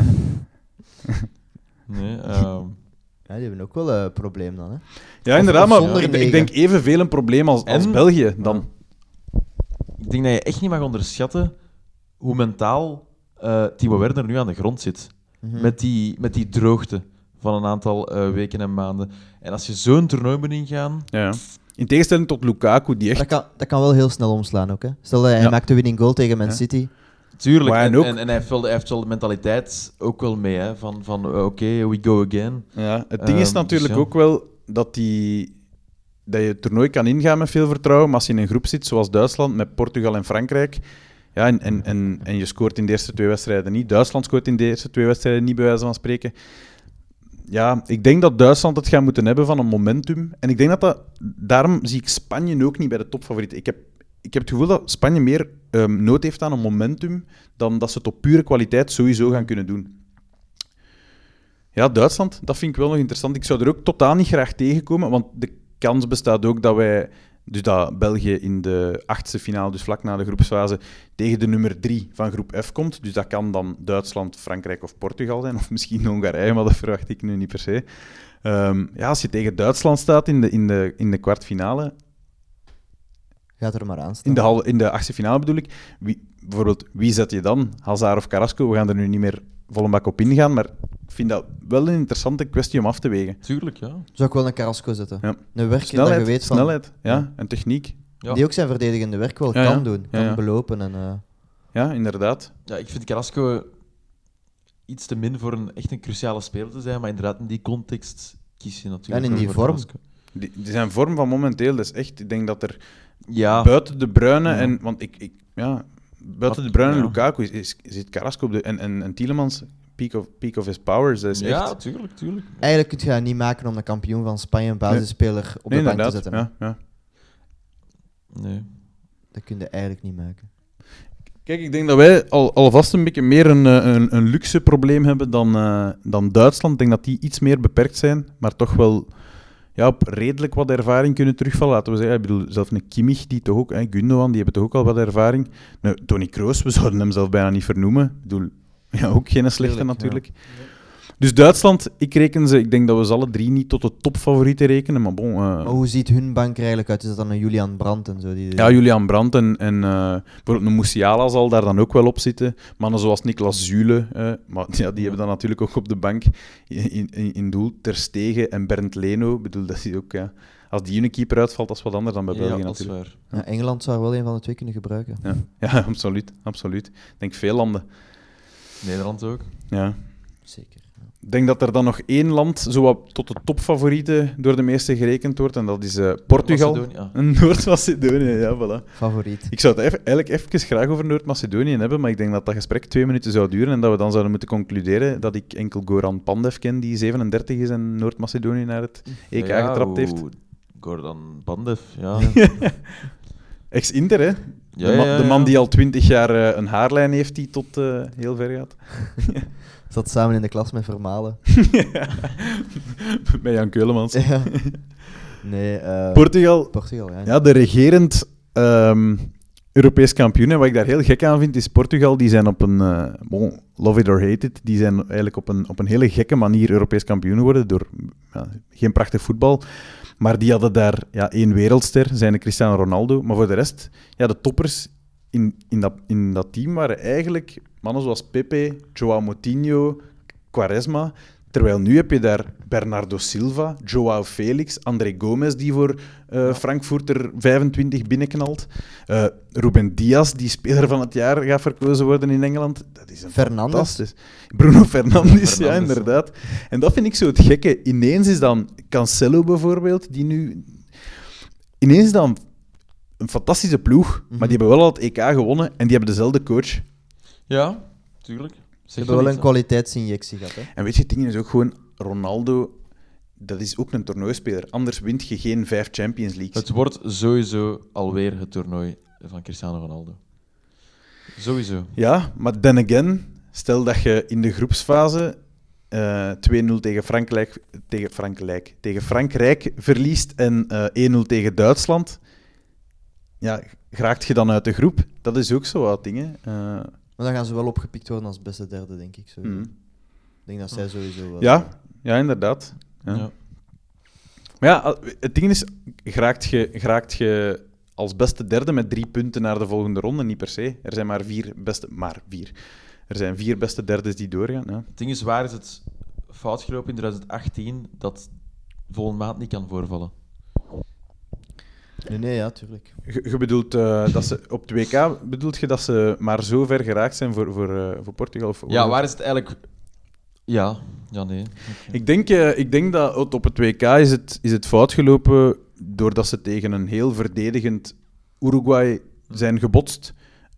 Nee, die hebben ook wel een probleem dan, hè? Ja, inderdaad, maar ik denk evenveel een probleem als België dan. Ik denk dat je echt niet mag onderschatten hoe mentaal Timo Werner nu aan de grond zit. Mm-hmm. Met die droogte van een aantal weken en maanden. En als je zo'n toernooi moet ingaan... Ja. In tegenstelling tot Lukaku, die echt... Dat kan wel heel snel omslaan ook, hè? Stel dat hij maakt de winning goal tegen Man City... Tuurlijk, Maar en hij heeft wel de mentaliteit ook wel mee, hè, van oké, we go again. Ja, het ding is natuurlijk dus ja. ook wel dat je het toernooi kan ingaan met veel vertrouwen, maar als je in een groep zit, zoals Duitsland, met Portugal en Frankrijk, ja, en je scoort in de eerste 2 wedstrijden niet, Duitsland scoort in de eerste 2 wedstrijden niet, bij wijze van spreken. Ja, ik denk dat Duitsland het gaat moeten hebben van een momentum. En ik denk daarom zie ik Spanje ook niet bij de topfavorieten. Ik heb het gevoel dat Spanje meer nood heeft aan een momentum dan dat ze het op pure kwaliteit sowieso gaan kunnen doen. Ja, Duitsland, dat vind ik wel nog interessant. Ik zou er ook totaal niet graag tegenkomen, want de kans bestaat ook dat België in de 8e finale, dus vlak na de groepsfase, tegen de nummer 3 van groep F komt. Dus dat kan dan Duitsland, Frankrijk of Portugal zijn, of misschien Hongarije, maar dat verwacht ik nu niet per se. Als je tegen Duitsland staat in de kwartfinale... Gaat er maar aan staan. In de 8e finale bedoel ik. Wie zet je dan? Hazard of Carrasco? We gaan er nu niet meer volle bak op ingaan, maar ik vind dat wel een interessante kwestie om af te wegen. Tuurlijk, ja. Zou ik wel een Carrasco zetten. Ja. Een werker dat je weet van... Snelheid, ja, en techniek. Ja. Die ook zijn verdedigende werk wel kan doen. Kan belopen en... Ja, inderdaad. Ja, ik vind Carrasco iets te min voor een cruciale speler te zijn, maar inderdaad in die context kies je natuurlijk en in die voor vorm. Carrasco. Die zijn vorm van momenteel, dat is echt... Ik denk dat er buiten De Bruyne en... Want buiten De Bruyne en Lukaku zit Carrasco op de... En Tielemans, peak of his powers, dat is echt... Ja, tuurlijk. Eigenlijk kun je het niet maken om de kampioen van Spanje een basisspeler op de bank te zetten. Ja. Nee. Dat kun je eigenlijk niet maken. Kijk, ik denk dat wij alvast een beetje meer een luxe probleem hebben dan Duitsland. Ik denk dat die iets meer beperkt zijn, maar toch wel op redelijk wat ervaring kunnen terugvallen. Laten we zeggen, ik bedoel, zelfs een Kimmich, die toch ook, Gundogan, die hebben toch ook al wat ervaring. Nou, Toni Kroos, we zouden hem zelf bijna niet vernoemen. Ik bedoel, ook geen slechte natuurlijk. Ja. Dus Duitsland, ik denk dat we ze alle 3 niet tot de topfavorieten rekenen, maar bon... Maar hoe ziet hun bank er eigenlijk uit? Is dat dan een Julian Brandt en zo? Ja, Julian Brandt en bijvoorbeeld een Musiala zal daar dan ook wel op zitten. Mannen zoals Niklas Zule, maar die hebben dan natuurlijk ook op de bank in doel Ter Stegen en Bernd Leno. Ik bedoel, dat is ook... Als die ene keeper uitvalt, dat is wat anders dan bij België natuurlijk. Is waar. Ja, Engeland zou wel een van de 2 kunnen gebruiken. Ja, absoluut. Ik denk veel landen. Nederland ook. Ja. Zeker. Ik denk dat er dan nog 1 land zo wat tot de topfavorieten door de meesten gerekend wordt, en dat is Portugal. Noord-Macedonië, ja, voilà. Favoriet. Ik zou het eigenlijk even graag over Noord-Macedonië hebben, maar ik denk dat dat gesprek 2 minuten zou duren en dat we dan zouden moeten concluderen dat ik enkel Goran Pandev ken, die 37 is en Noord-Macedonië naar het EK getrapt heeft. Goran Pandev, ja. Ex-Inter, hè? Ja, de man die al 20 jaar een haarlijn heeft die tot heel ver gaat. Zat samen in de klas met Vermalen. Met Jan Keulemans. Ja. Nee, Portugal, ja. Ja, de regerend Europees kampioen. En wat ik daar heel gek aan vind, is Portugal. Die zijn op een, love it or hate it, die zijn eigenlijk op een hele gekke manier Europees kampioen geworden door geen prachtig voetbal. Maar die hadden daar 1 wereldster, zijn Cristiano Ronaldo. Maar voor de rest, de toppers in dat team waren eigenlijk mannen zoals Pepe, João Moutinho, Quaresma. Terwijl nu heb je daar Bernardo Silva, João Felix, André Gomes, die voor Frankfurt er 25 binnenknalt. Ruben Dias, die speler van het jaar gaat verkozen worden in Engeland. Dat is een fantastisch. Bruno Fernandes, ja, inderdaad. En dat vind ik zo het gekke. Ineens is dan Cancelo bijvoorbeeld, die nu... Ineens is dan een fantastische ploeg, maar die hebben wel al het EK gewonnen en die hebben dezelfde coach. Ja, tuurlijk. Ze hebben wel een kwaliteitsinjectie gehad. Hè? En weet je, het ding is ook gewoon, Ronaldo, dat is ook een toernooispeler. Anders wint je geen 5 Champions Leagues. Het wordt sowieso alweer het toernooi van Cristiano Ronaldo. Sowieso. Ja, maar then again, stel dat je in de groepsfase 2-0 tegen Frankrijk verliest en 1-0 tegen Duitsland. Ja, geraakt je dan uit de groep? Dat is ook zo wat dingen. Maar dan gaan ze wel opgepikt worden als beste derde, denk ik. Ik denk dat zij sowieso wel... Ja, inderdaad. Ja. Ja. Maar ja, het ding is, geraakt je als beste derde met 3 punten naar de volgende ronde? Niet per se. Er zijn maar 4 beste... Er zijn 4 beste derdes die doorgaan. Ja. Het ding is, waar is het fout gelopen in 2018 dat volgende maand niet kan voorvallen? Nee, ja, tuurlijk. Je bedoelt dat ze op het WK bedoelt je dat ze maar zo ver geraakt zijn voor Portugal? Of, Ja, waar is het eigenlijk... Ja, nee. Okay. Ik denk dat op het WK is het fout gelopen doordat ze tegen een heel verdedigend Uruguay zijn gebotst.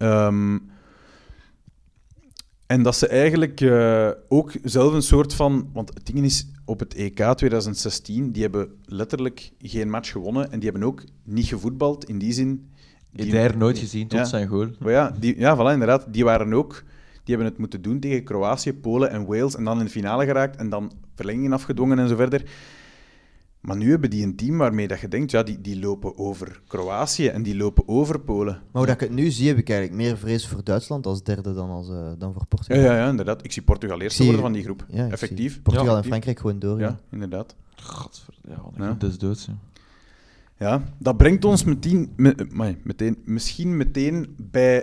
En dat ze eigenlijk ook zelf een soort van... Want het ding is, op het EK 2016, die hebben letterlijk geen match gewonnen en die hebben ook niet gevoetbald, in die zin... Eder nooit gezien tot zijn goal. Maar voilà, inderdaad. Die hebben het moeten doen tegen Kroatië, Polen en Wales en dan in de finale geraakt en dan verlengingen afgedwongen en zo verder. Maar nu hebben die een team waarmee dat je denkt, ja, die lopen over Kroatië en die lopen over Polen. Maar hoe dat ik het nu zie, heb ik eigenlijk meer vrees voor Duitsland als derde dan voor Portugal. Ja, inderdaad. Ik zie Portugal eerste worden van die groep. Ja, effectief. Portugal en Frankrijk gewoon door. Ja, inderdaad. Dat is dood. Ja, dat brengt ons misschien meteen bij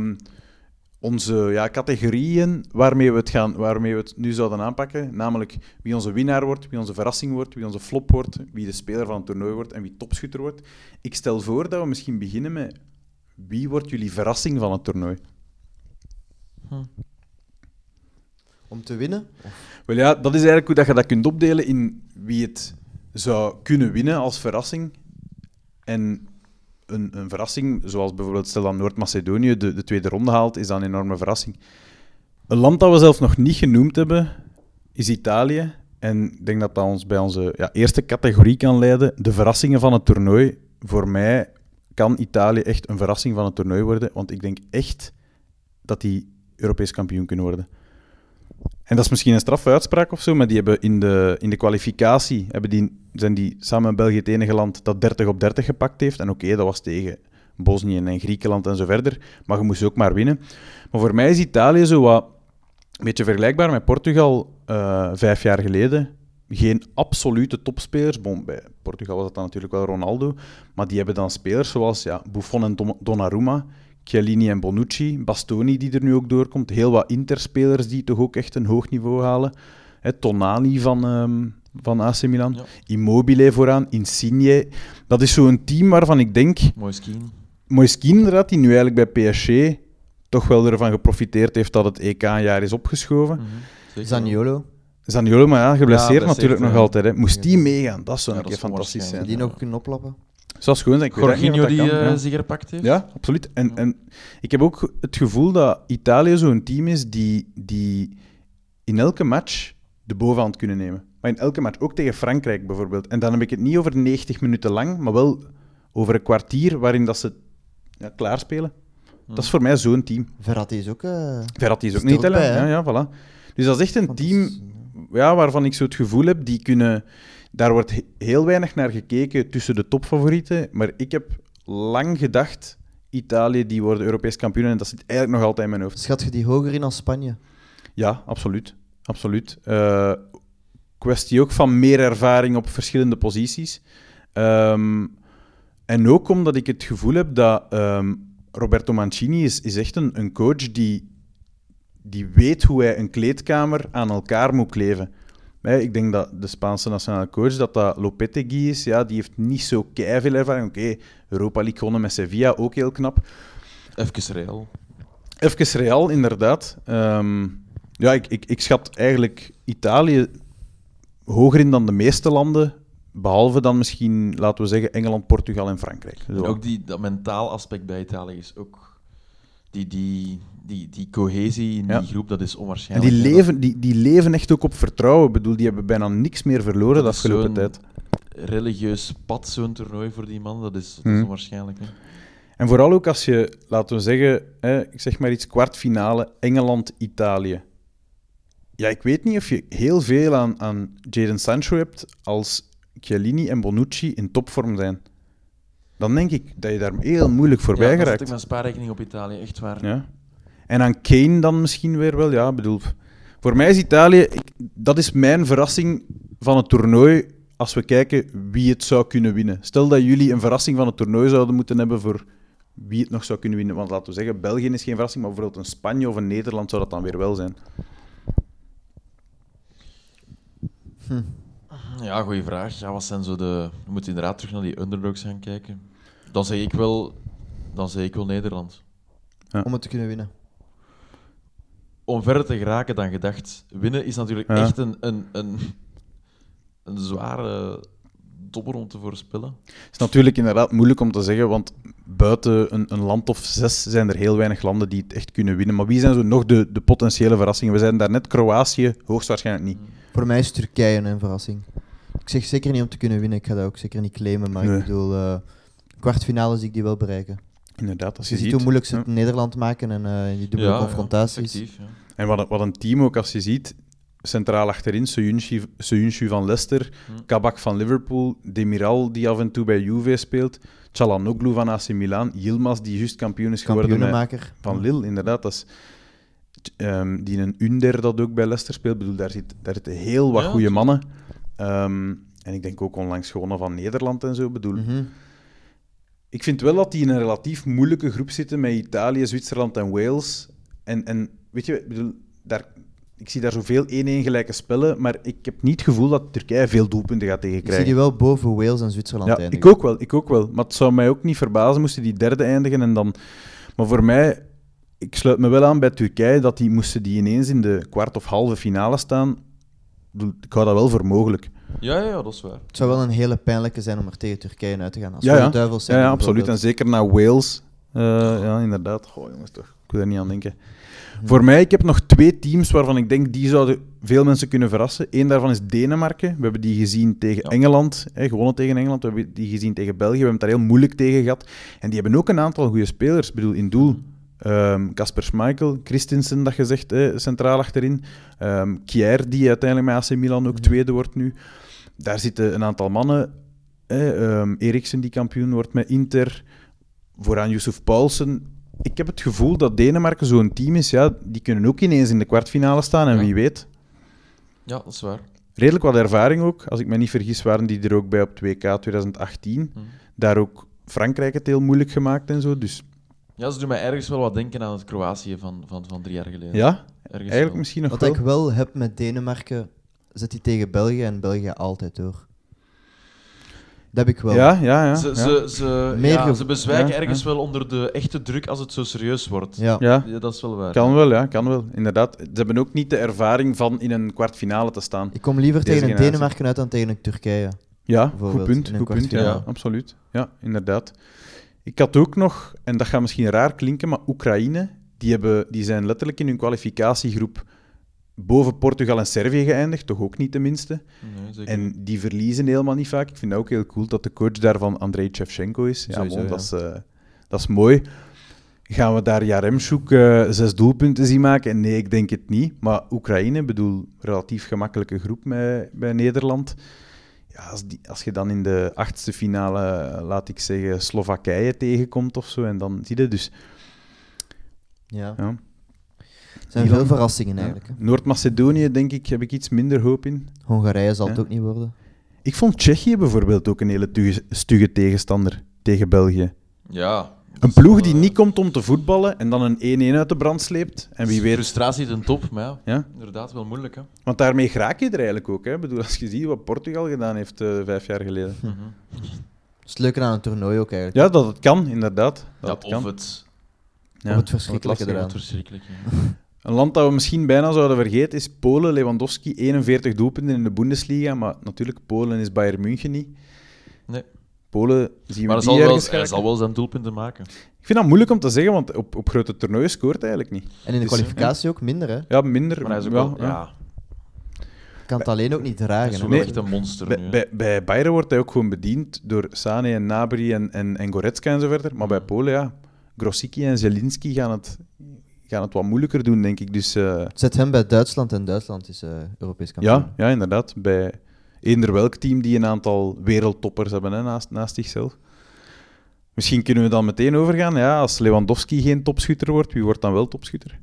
onze categorieën waarmee we het nu zouden aanpakken. Namelijk wie onze winnaar wordt, wie onze verrassing wordt, wie onze flop wordt, wie de speler van het toernooi wordt en wie topschutter wordt. Ik stel voor dat we misschien beginnen met wie wordt jullie verrassing van het toernooi? Om te winnen? Wel ja, dat is eigenlijk hoe dat je dat kunt opdelen in wie het zou kunnen winnen als verrassing. En een verrassing, zoals bijvoorbeeld stel dat Noord-Macedonië de tweede ronde haalt, is dan een enorme verrassing. Een land dat we zelf nog niet genoemd hebben, is Italië. En ik denk dat ons bij onze eerste categorie kan leiden. De verrassingen van het toernooi. Voor mij kan Italië echt een verrassing van het toernooi worden. Want ik denk echt dat die Europees kampioen kunnen worden. En dat is misschien een straffe uitspraak of zo, maar die hebben in de kwalificatie zijn die samen met België het enige land dat 30 op 30 gepakt heeft. En oké, dat was tegen Bosnië en Griekenland en zo verder. Maar je moest ook maar winnen. Maar voor mij is Italië zo wat een beetje vergelijkbaar met Portugal 5 jaar geleden. Geen absolute topspelers. Bij Portugal was dat dan natuurlijk wel Ronaldo. Maar die hebben dan spelers zoals Buffon en Donnarumma, Chiellini en Bonucci, Bastoni die er nu ook doorkomt. Heel wat interspelers die toch ook echt een hoog niveau halen. Tonali van AC Milan. Ja. Immobile vooraan, Insigne. Dat is zo'n team waarvan ik denk... Moiskin inderdaad, die nu eigenlijk bij PSG toch wel ervan geprofiteerd heeft dat het EK een jaar is opgeschoven. Zaniolo, maar geblesseerd natuurlijk nog altijd. Hè. Moest die meegaan? Dat zou een keer fantastisch zijn. Die nog kunnen oplappen? Zoals gewoon zijn. Jorginho die zich herpakt heeft. Ja, absoluut. En ik heb ook het gevoel dat Italië zo'n team is die in elke match de bovenhand kunnen nemen. Maar in elke match, ook tegen Frankrijk bijvoorbeeld. En dan heb ik het niet over 90 minuten lang, maar wel over een kwartier waarin dat ze klaarspelen. Dat is voor mij zo'n team. Verratti is ook niet Italiaan. Ja, voilà. Dus dat is echt een team waarvan ik zo het gevoel heb, daar wordt heel weinig naar gekeken tussen de topfavorieten. Maar ik heb lang gedacht, Italië, die worden Europees kampioen. En dat zit eigenlijk nog altijd in mijn hoofd. Schat je die hoger in als Spanje? Ja, absoluut. Kwestie ook van meer ervaring op verschillende posities. En ook omdat ik het gevoel heb dat Roberto Mancini is echt een coach die weet hoe hij een kleedkamer aan elkaar moet kleven. Ik denk dat de Spaanse nationale coach, dat Lopetegui is, die heeft niet zo keiveel ervaring. Oké, Europa League gewonnen met Sevilla, ook heel knap. Even Real, inderdaad. Ik schat eigenlijk Italië hoger in dan de meeste landen, behalve dan misschien, laten we zeggen, Engeland, Portugal en Frankrijk. Zo. En ook dat mentaal aspect bij Italië is ook... Die cohesie in die groep, dat is onwaarschijnlijk. En die leven echt ook op vertrouwen. Ik bedoel, die hebben bijna niks meer verloren de afgelopen tijd. Religieus pad, zo'n toernooi voor die man, dat is onwaarschijnlijk. Hè? En vooral ook als je, laten we zeggen, ik zeg maar iets, kwartfinale Engeland-Italië. Ja, ik weet niet of je heel veel aan Jadon Sancho hebt als Chiellini en Bonucci in topvorm zijn. Dan denk ik dat je daar heel moeilijk voorbij geraakt. Dan zet ik mijn spaarrekening op Italië, echt waar. Ja. En aan Kane dan misschien weer wel. Ja, bedoel, voor mij is Italië... dat is mijn verrassing van het toernooi als we kijken wie het zou kunnen winnen. Stel dat jullie een verrassing van het toernooi zouden moeten hebben voor wie het nog zou kunnen winnen. Want laten we zeggen, België is geen verrassing, maar bijvoorbeeld een Spanje of een Nederland zou dat dan weer wel zijn. Ja, goeie vraag. Ja, wat zijn zo we moeten inderdaad terug naar die underdogs gaan kijken. Dan zeg ik wel Nederland. Ja. Om het te kunnen winnen. Om verder te geraken dan gedacht. Winnen is natuurlijk echt een zware dobber om te voorspellen. Het is natuurlijk inderdaad moeilijk om te zeggen, want buiten een land of 6 zijn er heel weinig landen die het echt kunnen winnen. Maar wie zijn zo nog de potentiële verrassingen? We zijn daarnet Kroatië, hoogstwaarschijnlijk niet. Voor mij is Turkije een verrassing. Ik zeg zeker niet om te kunnen winnen, ik ga dat ook zeker niet claimen, maar ik bedoel, kwartfinale zie ik die wel bereiken. Inderdaad, als Je ziet hoe moeilijk ze het Nederland maken en in die dubbele confrontaties. Ja, effectief, ja. En wat een team ook, als je ziet, centraal achterin, Soyuncu van Leicester, Kabak van Liverpool, Demiral die af en toe bij Juve speelt, Çalhanoğlu van AC Milan, Yilmaz die juist kampioen is geworden van Lille, inderdaad. Dat is, die een Under dat ook bij Leicester speelt, bedoel, daar zitten heel wat goede mannen. En ik denk ook onlangs gewonnen van Nederland en zo, bedoel. Ik vind wel dat die in een relatief moeilijke groep zitten met Italië, Zwitserland en Wales. En weet je, bedoel, ik zie daar zoveel 1-1 gelijke spellen, maar ik heb niet het gevoel dat Turkije veel doelpunten gaat tegenkrijgen. Ik zie die wel boven Wales en Zwitserland eindigen. Ik ook wel. Maar het zou mij ook niet verbazen moesten die derde eindigen. En dan... Maar voor mij, ik sluit me wel aan bij Turkije, dat moesten die ineens in de kwart of halve finale staan. Ik hou dat wel voor mogelijk. Ja, dat is waar. Het zou wel een hele pijnlijke zijn om er tegen Turkije uit te gaan. Als de duivels zijn. Ja, absoluut. En zeker naar Wales. Ja, inderdaad. Goh, jongens, toch. Ik wil er niet aan denken. Voor mij, ik heb nog 2 teams waarvan ik denk die zouden veel mensen kunnen verrassen. Eén daarvan is Denemarken. We hebben die gezien tegen Engeland, gewonnen tegen Engeland. We hebben die gezien tegen België. We hebben het daar heel moeilijk tegen gehad. En die hebben ook een aantal goede spelers. Ik bedoel, in doel Kasper Schmeichel, Christensen, dat je zegt, centraal achterin. Kjaer, die uiteindelijk met AC Milan ook tweede wordt nu. Daar zitten een aantal mannen. Eriksen, die kampioen wordt met Inter. Vooraan Yusuf Poulsen. Ik heb het gevoel dat Denemarken zo'n team is, die kunnen ook ineens in de kwartfinale staan en wie weet. Ja, dat is waar. Redelijk wat ervaring ook. Als ik me niet vergis, waren die er ook bij op 2K 2018. Daar ook Frankrijk het heel moeilijk gemaakt en zo. Dus... Ja, ze doen mij ergens wel wat denken aan het Kroatië van 3 jaar geleden. Ja, eigenlijk wel. Misschien nog wat wel. Wat ik wel heb met Denemarken, zet die tegen België en België altijd door. Dat heb ik wel. Ja. Ze bezwijken ergens wel onder de echte druk als het zo serieus wordt. Ja, dat is wel waar. Kan wel. Inderdaad. Ze hebben ook niet de ervaring van in een kwartfinale te staan. Ik kom liever tegen een Denemarken uit dan tegen een Turkije. Ja, goed punt. Ja, absoluut. Ja, inderdaad. Ik had ook nog, en dat gaat misschien raar klinken, maar Oekraïne, die zijn letterlijk in hun kwalificatiegroep boven Portugal en Servië geëindigd, toch ook niet tenminste. Nee, zeker. En die verliezen helemaal niet vaak. Ik vind dat ook heel cool dat de coach daarvan Andrei Shevchenko is. Dat is mooi. Gaan we daar Yaremchuk 6 doelpunten zien maken? Nee, ik denk het niet. Maar Oekraïne, bedoel, relatief gemakkelijke groep bij Nederland. Ja, als je dan in de 8e finale, laat ik zeggen, Slowakije tegenkomt of zo, en dan zie je dus... Ja. Er zijn veel verrassingen eigenlijk. Noord-Macedonië, denk ik, heb ik iets minder hoop in. Hongarije zal het ook niet worden. Ik vond Tsjechië bijvoorbeeld ook een hele stugge tegenstander tegen België. Ja. Een ploeg die niet komt om te voetballen en dan een 1-1 uit de brand sleept. En wie weet... Frustratie ten top, maar inderdaad wel moeilijk. Hè? Want daarmee raak je er eigenlijk ook. Hè? Ik bedoel, als je ziet wat Portugal gedaan heeft 5 jaar geleden. Dat is het leuke aan een toernooi ook eigenlijk. Ja, dat het kan, inderdaad. Of het verschrikkelijke eraan. Een land dat we misschien bijna zouden vergeten is Polen. Lewandowski, 41 doelpunten in de Bundesliga. Maar natuurlijk, Polen is Bayern München niet. Nee. Polen zien we maar hij zal wel zijn doelpunten maken. Ik vind dat moeilijk om te zeggen, want op grote toernooien scoort hij eigenlijk niet. En in de kwalificatie ook minder, hè? Ja, minder. Maar hij is ook kan het alleen ook niet dragen. Hij is wel echt een monster. Bij Bayern wordt hij ook gewoon bediend door Sané en Gnabry en Goretzka en zo verder. Maar bij Polen, Grosicki en Zielinski gaan het wat moeilijker doen, denk ik. Dus, zet hem bij Duitsland en Duitsland is Europees kampioen. Ja, inderdaad. Bij eender welk team die een aantal wereldtoppers hebben naast zichzelf. Misschien kunnen we dan meteen overgaan. Ja, als Lewandowski geen topschutter wordt, wie wordt dan wel topschutter?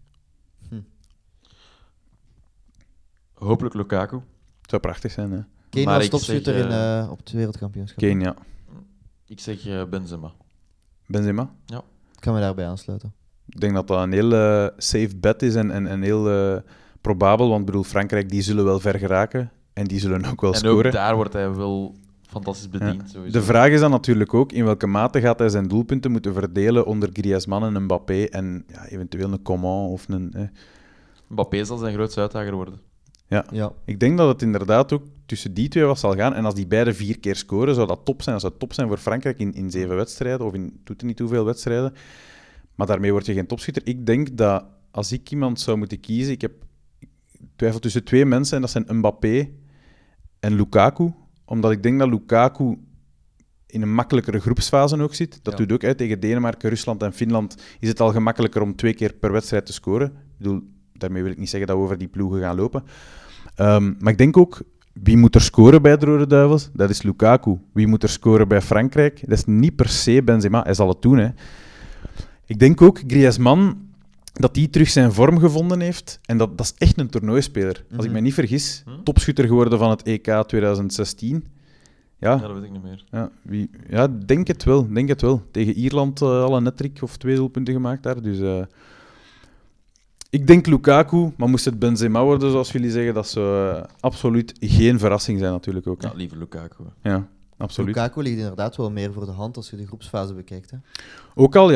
Hopelijk Lukaku. Het zou prachtig zijn, hè? Kane was topschutter op het wereldkampioenschap. Kane, ja. Ik zeg Benzema. Benzema? Ja. Ik kan me daarbij aansluiten. Ik denk dat dat een heel safe bet is en heel probabel, want bedoel, Frankrijk die zullen wel ver geraken en die zullen ook wel scoren. En ook daar wordt hij wel fantastisch bediend. Sowieso. De vraag is dan natuurlijk ook, in welke mate gaat hij zijn doelpunten moeten verdelen onder Griezmann en Mbappé en eventueel een Coman of een... Mbappé zal zijn grootste uitdager worden. Ja. Ik denk dat het inderdaad ook tussen die twee wat zal gaan. En als die beide 4 keer scoren, zou dat top zijn. Dat zou top zijn voor Frankrijk in 7 wedstrijden, of in doet er niet hoeveel wedstrijden. Maar daarmee word je geen topschutter. Ik denk dat als ik iemand zou moeten kiezen, ik twijfel tussen 2 mensen, en dat zijn Mbappé en Lukaku. Omdat ik denk dat Lukaku in een makkelijkere groepsfase ook zit. Dat doet ook uit. Tegen Denemarken, Rusland en Finland is het al gemakkelijker om 2 keer per wedstrijd te scoren. Ik bedoel, daarmee wil ik niet zeggen dat we over die ploegen gaan lopen. Maar ik denk ook, wie moet er scoren bij de Rode Duivels? Dat is Lukaku. Wie moet er scoren bij Frankrijk? Dat is niet per se Benzema. Hij zal het doen, hè. Ik denk ook, Griezmann, dat hij terug zijn vorm gevonden heeft. En dat is echt een toernooispeler. Als ik me niet vergis, topschutter geworden van het EK 2016. Ja, dat weet ik niet meer. Denk het wel. Tegen Ierland al een hat-trick of 2 doelpunten gemaakt daar. Dus ik denk Lukaku, maar moest het Benzema worden, zoals jullie zeggen, dat zou absoluut geen verrassing zijn natuurlijk ook. Hè? Ja, liever Lukaku. Ja, absoluut. Lukaku ligt inderdaad wel meer voor de hand als je de groepsfase bekijkt. Hè? Ook al.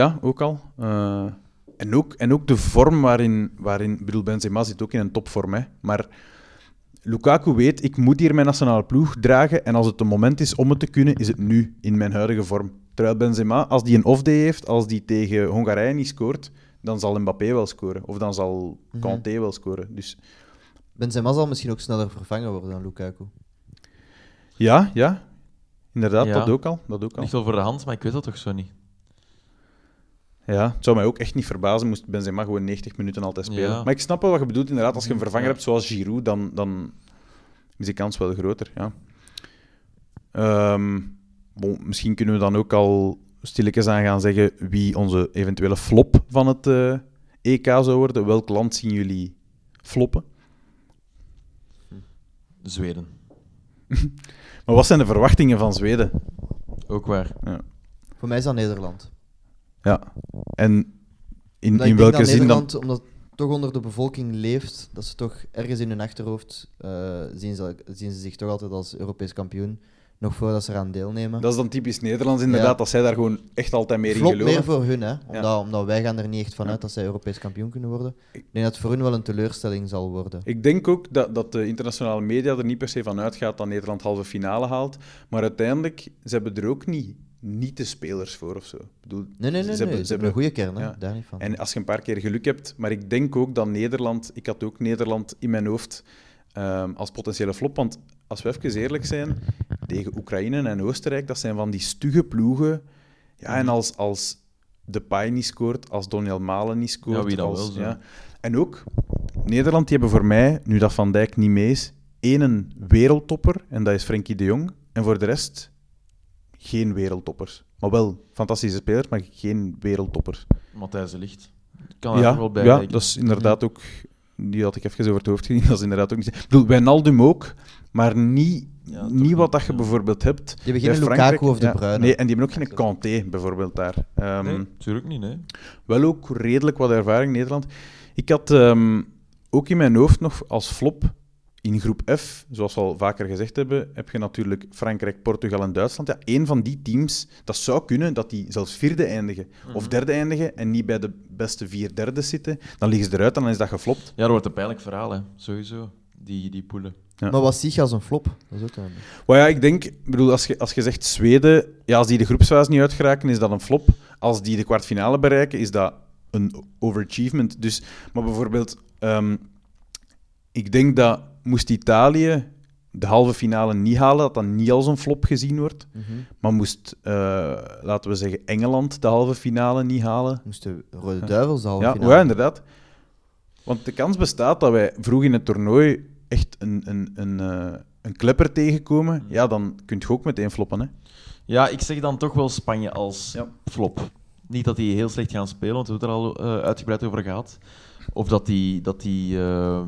En ook de vorm waarin... Ik bedoel, Benzema zit ook in een topvorm, hè. Maar Lukaku weet, ik moet hier mijn nationale ploeg dragen en als het een moment is om het te kunnen, is het nu, in mijn huidige vorm. Terwijl Benzema, als die een off-day heeft, als die tegen Hongarije niet scoort, dan zal Mbappé wel scoren. Of dan zal Kanté wel scoren. Dus... Benzema zal misschien ook sneller vervangen worden dan Lukaku. Ja. Inderdaad, dat ook al. Ligt wel voor de hand, maar ik weet dat toch zo niet. Ja, het zou mij ook echt niet verbazen moest Benzema gewoon 90 minuten altijd spelen. Ja. Maar ik snap wel wat je bedoelt. Inderdaad, als je een vervanger hebt zoals Giroud, dan is die kans wel groter. Ja. Misschien kunnen we dan ook al stilletjes aan gaan zeggen wie onze eventuele flop van het EK zou worden. Welk land zien jullie floppen? Zweden. Maar wat zijn de verwachtingen van Zweden? Ook waar. Ja. Voor mij is dat Nederland. Ja. En in Ik welke denk dat zin Nederland, dan? omdat het toch onder de bevolking leeft, dat ze toch ergens in hun achterhoofd zien ze zich toch altijd als Europees kampioen, nog voordat ze eraan deelnemen. Dat is dan typisch Nederlands inderdaad, dat zij daar gewoon echt altijd meer in Flop geloven. meer voor hun, hè? Omdat wij gaan er niet echt van uit dat zij Europees kampioen kunnen worden. Ik denk dat het voor hun wel een teleurstelling zal worden. Ik denk ook dat de internationale media er niet per se van uitgaat dat Nederland halve finale haalt, maar uiteindelijk, ze hebben er ook niet de spelers voor of zo. Ik bedoel, Nee. Ze hebben een goede kern, hè? Ja. Daar niet van. En als je een paar keer geluk hebt, maar ik denk ook dat Nederland, ik had ook Nederland in mijn hoofd als potentiële flop, want als we even eerlijk zijn, tegen Oekraïne en Oostenrijk, dat zijn van die stugge ploegen. Ja, en als Depay niet scoort, als Doniel Malen niet scoort... Ja, wie dan wel zo. Ja. En ook, Nederland, die hebben voor mij, nu dat Van Dijk niet mee is, één wereldtopper, en dat is Frenkie de Jong. En voor de rest, geen wereldtoppers. Maar wel fantastische spelers, maar geen wereldtoppers. Matthijs de Ligt. Kan er wel bij lijken. Dat is inderdaad ook... Die had ik even over het hoofd gezien. Dat is inderdaad ook niet... Ik bedoel, Wijnaldum ook, maar niet wat dat je bijvoorbeeld hebt. Die hebben geen Lukaku of De Bruyne. Nee, en die hebben ook geen Kanté, bijvoorbeeld, daar. Nee, natuurlijk niet, nee. Wel ook redelijk wat ervaring, Nederland. Ik had ook in mijn hoofd nog als flop in groep F, zoals we al vaker gezegd hebben, heb je natuurlijk Frankrijk, Portugal en Duitsland. Ja, één van die teams, dat zou kunnen dat die zelfs 4e eindigen of 3e eindigen en niet bij de beste 4/3 zitten. Dan liggen ze eruit en dan is dat geflopt. Ja, dat wordt een pijnlijk verhaal, hè. Sowieso, die poelen. Ja. Maar wat zie je als een flop? Dat is ook een... Maar ja, ik bedoel, als je zegt Zweden, ja, als die de groepsfase niet uitgeraken, is dat een flop. Als die de kwartfinale bereiken, is dat een overachievement. Dus, maar bijvoorbeeld, ik denk dat moest Italië de halve finale niet halen, dat niet als een flop gezien wordt. Maar moest, laten we zeggen, Engeland de halve finale niet halen. Moest de Rode Duivels de halve finale. Ja, inderdaad. Want de kans bestaat dat wij vroeg in het toernooi echt een klepper tegenkomen. Ja, dan kun je ook meteen floppen, hè. Ja, ik zeg dan toch wel Spanje als flop. Niet dat die heel slecht gaan spelen, want we hebben het er al uitgebreid over gehad. Of dat die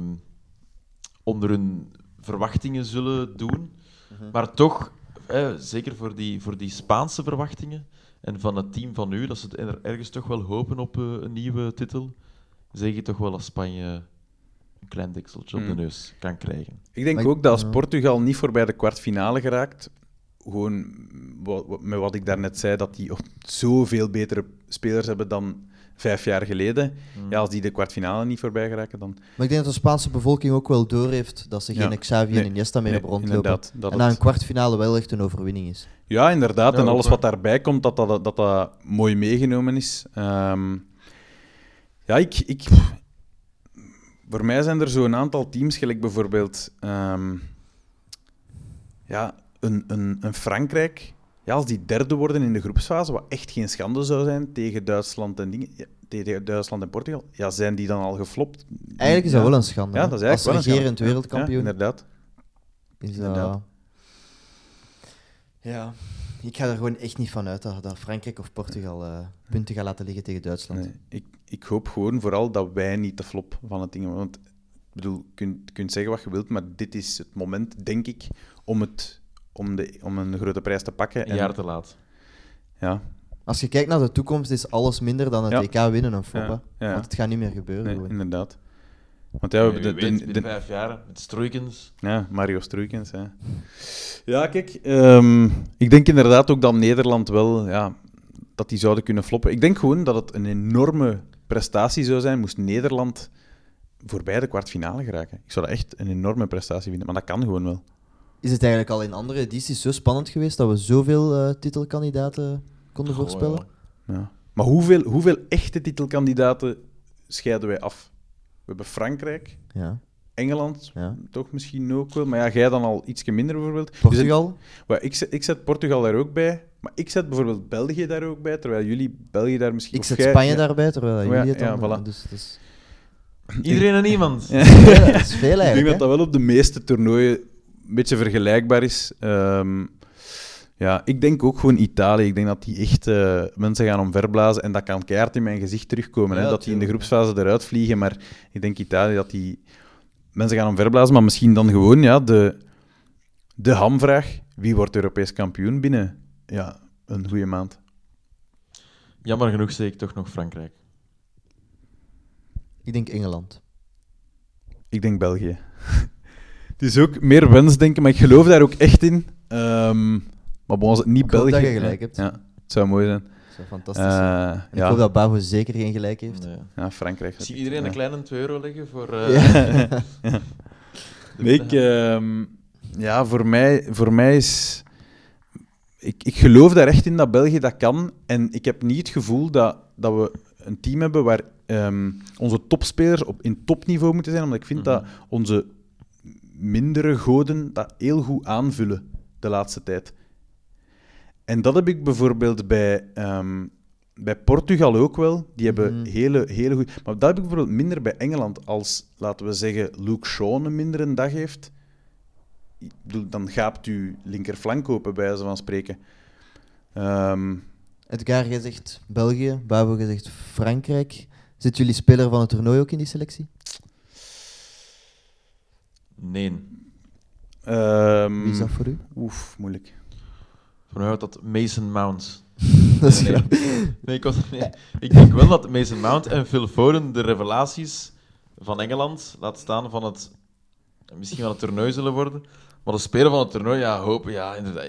onder hun verwachtingen zullen doen. Maar toch, zeker voor die Spaanse verwachtingen en van het team van nu, dat ze er ergens toch wel hopen op een nieuwe titel, zeg je toch wel dat Spanje een klein dekseltje op de neus kan krijgen. Ik denk ook dat als Portugal niet voorbij de kwartfinale geraakt, gewoon met wat ik daarnet zei, dat die zoveel betere spelers hebben dan 5 jaar geleden. Ja, als die de kwartfinale niet voorbij geraken, dan... Maar ik denk dat de Spaanse bevolking ook wel doorheeft dat ze geen Xavi en Iniesta meer hebben rondlopen. En na een kwartfinale wel echt een overwinning is. Ja, inderdaad. Ja, en alles wat daarbij komt, dat mooi meegenomen is. Voor mij zijn er zo'n aantal teams, gelijk bijvoorbeeld een Frankrijk. Ja, als die derde worden in de groepsfase, wat echt geen schande zou zijn tegen Duitsland en dingen... Tegen Duitsland en Portugal, ja, zijn die dan al geflopt? Eigenlijk is dat wel een schande. Ja, dat is eigenlijk als regerend wereldkampioen. Ja, inderdaad. Inderdaad. Ja, ik ga er gewoon echt niet van uit dat Frankrijk of Portugal punten gaat laten liggen tegen Duitsland. Nee, ik hoop gewoon vooral dat wij niet de flop van het ding... Want, ik bedoel, je kunt zeggen wat je wilt, maar dit is het moment, denk ik, om een grote prijs te pakken. Een jaar te laat. Ja. Als je kijkt naar de toekomst, is alles minder dan het EK winnen een flop. Ja. Want het gaat niet meer gebeuren. Nee, inderdaad. Want ja, we hebben binnen 5 jaar met Stroeikens. Ja, Mario Stroeikens. Ja, kijk, ik denk inderdaad ook dat Nederland wel, dat die zouden kunnen floppen. Ik denk gewoon dat het een enorme prestatie zou zijn, moest Nederland voorbij de kwartfinale geraken. Ik zou dat echt een enorme prestatie vinden, maar dat kan gewoon wel. Is het eigenlijk al in andere edities zo spannend geweest dat we zoveel titelkandidaten konden voorspellen? Ja. Maar hoeveel echte titelkandidaten scheiden wij af? We hebben Frankrijk, Engeland, toch misschien ook wel. Maar jij dan al ietsje minder bijvoorbeeld. Portugal? Ik zet Portugal daar ook bij. Maar ik zet bijvoorbeeld België daar ook bij, terwijl jullie België daar misschien... Ik zet Spanje daarbij, terwijl jullie het dan... Voilà. Dus... Iedereen en niemand. Ja, dat is veel eigenlijk. Ik denk dat dat wel op de meeste toernooien een beetje vergelijkbaar is. Ik denk ook gewoon Italië. Ik denk dat die echt mensen gaan omverblazen. En dat kan keihard in mijn gezicht terugkomen. Ja, dat die in de groepsfase eruit vliegen. Maar ik denk Italië dat die mensen gaan omverblazen. Maar misschien dan gewoon de hamvraag. Wie wordt Europees kampioen binnen een goede maand? Jammer genoeg zeg ik toch nog Frankrijk. Ik denk Engeland. Ik denk België. Het is ook meer wensdenken, maar ik geloof daar ook echt in. Maar als het niet ik België... hoop dat je gelijk hebt. Ja, het zou mooi zijn. Dat zou fantastisch zijn. Ik hoop dat Bavo zeker geen gelijk heeft. Nee. Ja, Frankrijk. Zie iedereen een kleine €2 leggen voor... Nee, voor mij is... Ik geloof daar echt in dat België dat kan. En ik heb niet het gevoel dat we een team hebben waar onze topspelers in topniveau moeten zijn, omdat ik vind dat onze mindere goden dat heel goed aanvullen de laatste tijd. En dat heb ik bijvoorbeeld bij Portugal ook wel. Die hebben hele goede... Maar dat heb ik bijvoorbeeld minder bij Engeland. Als, laten we zeggen, Luke Shaw een mindere dag heeft, dan gaapt uw linkerflank open, bij wijze van spreken. Edgar, jij zegt België, Babo, jij zegt Frankrijk. Zit jullie speler van het toernooi ook in die selectie? Nee. Wie is dat voor u? Moeilijk. Voor mij wordt dat Mason Mount. Dat is Ik denk wel dat Mason Mount en Phil Foden de revelaties van Engeland, laat staan van het... Misschien van het toernooi zullen worden. Maar de speler van het toernooi, inderdaad.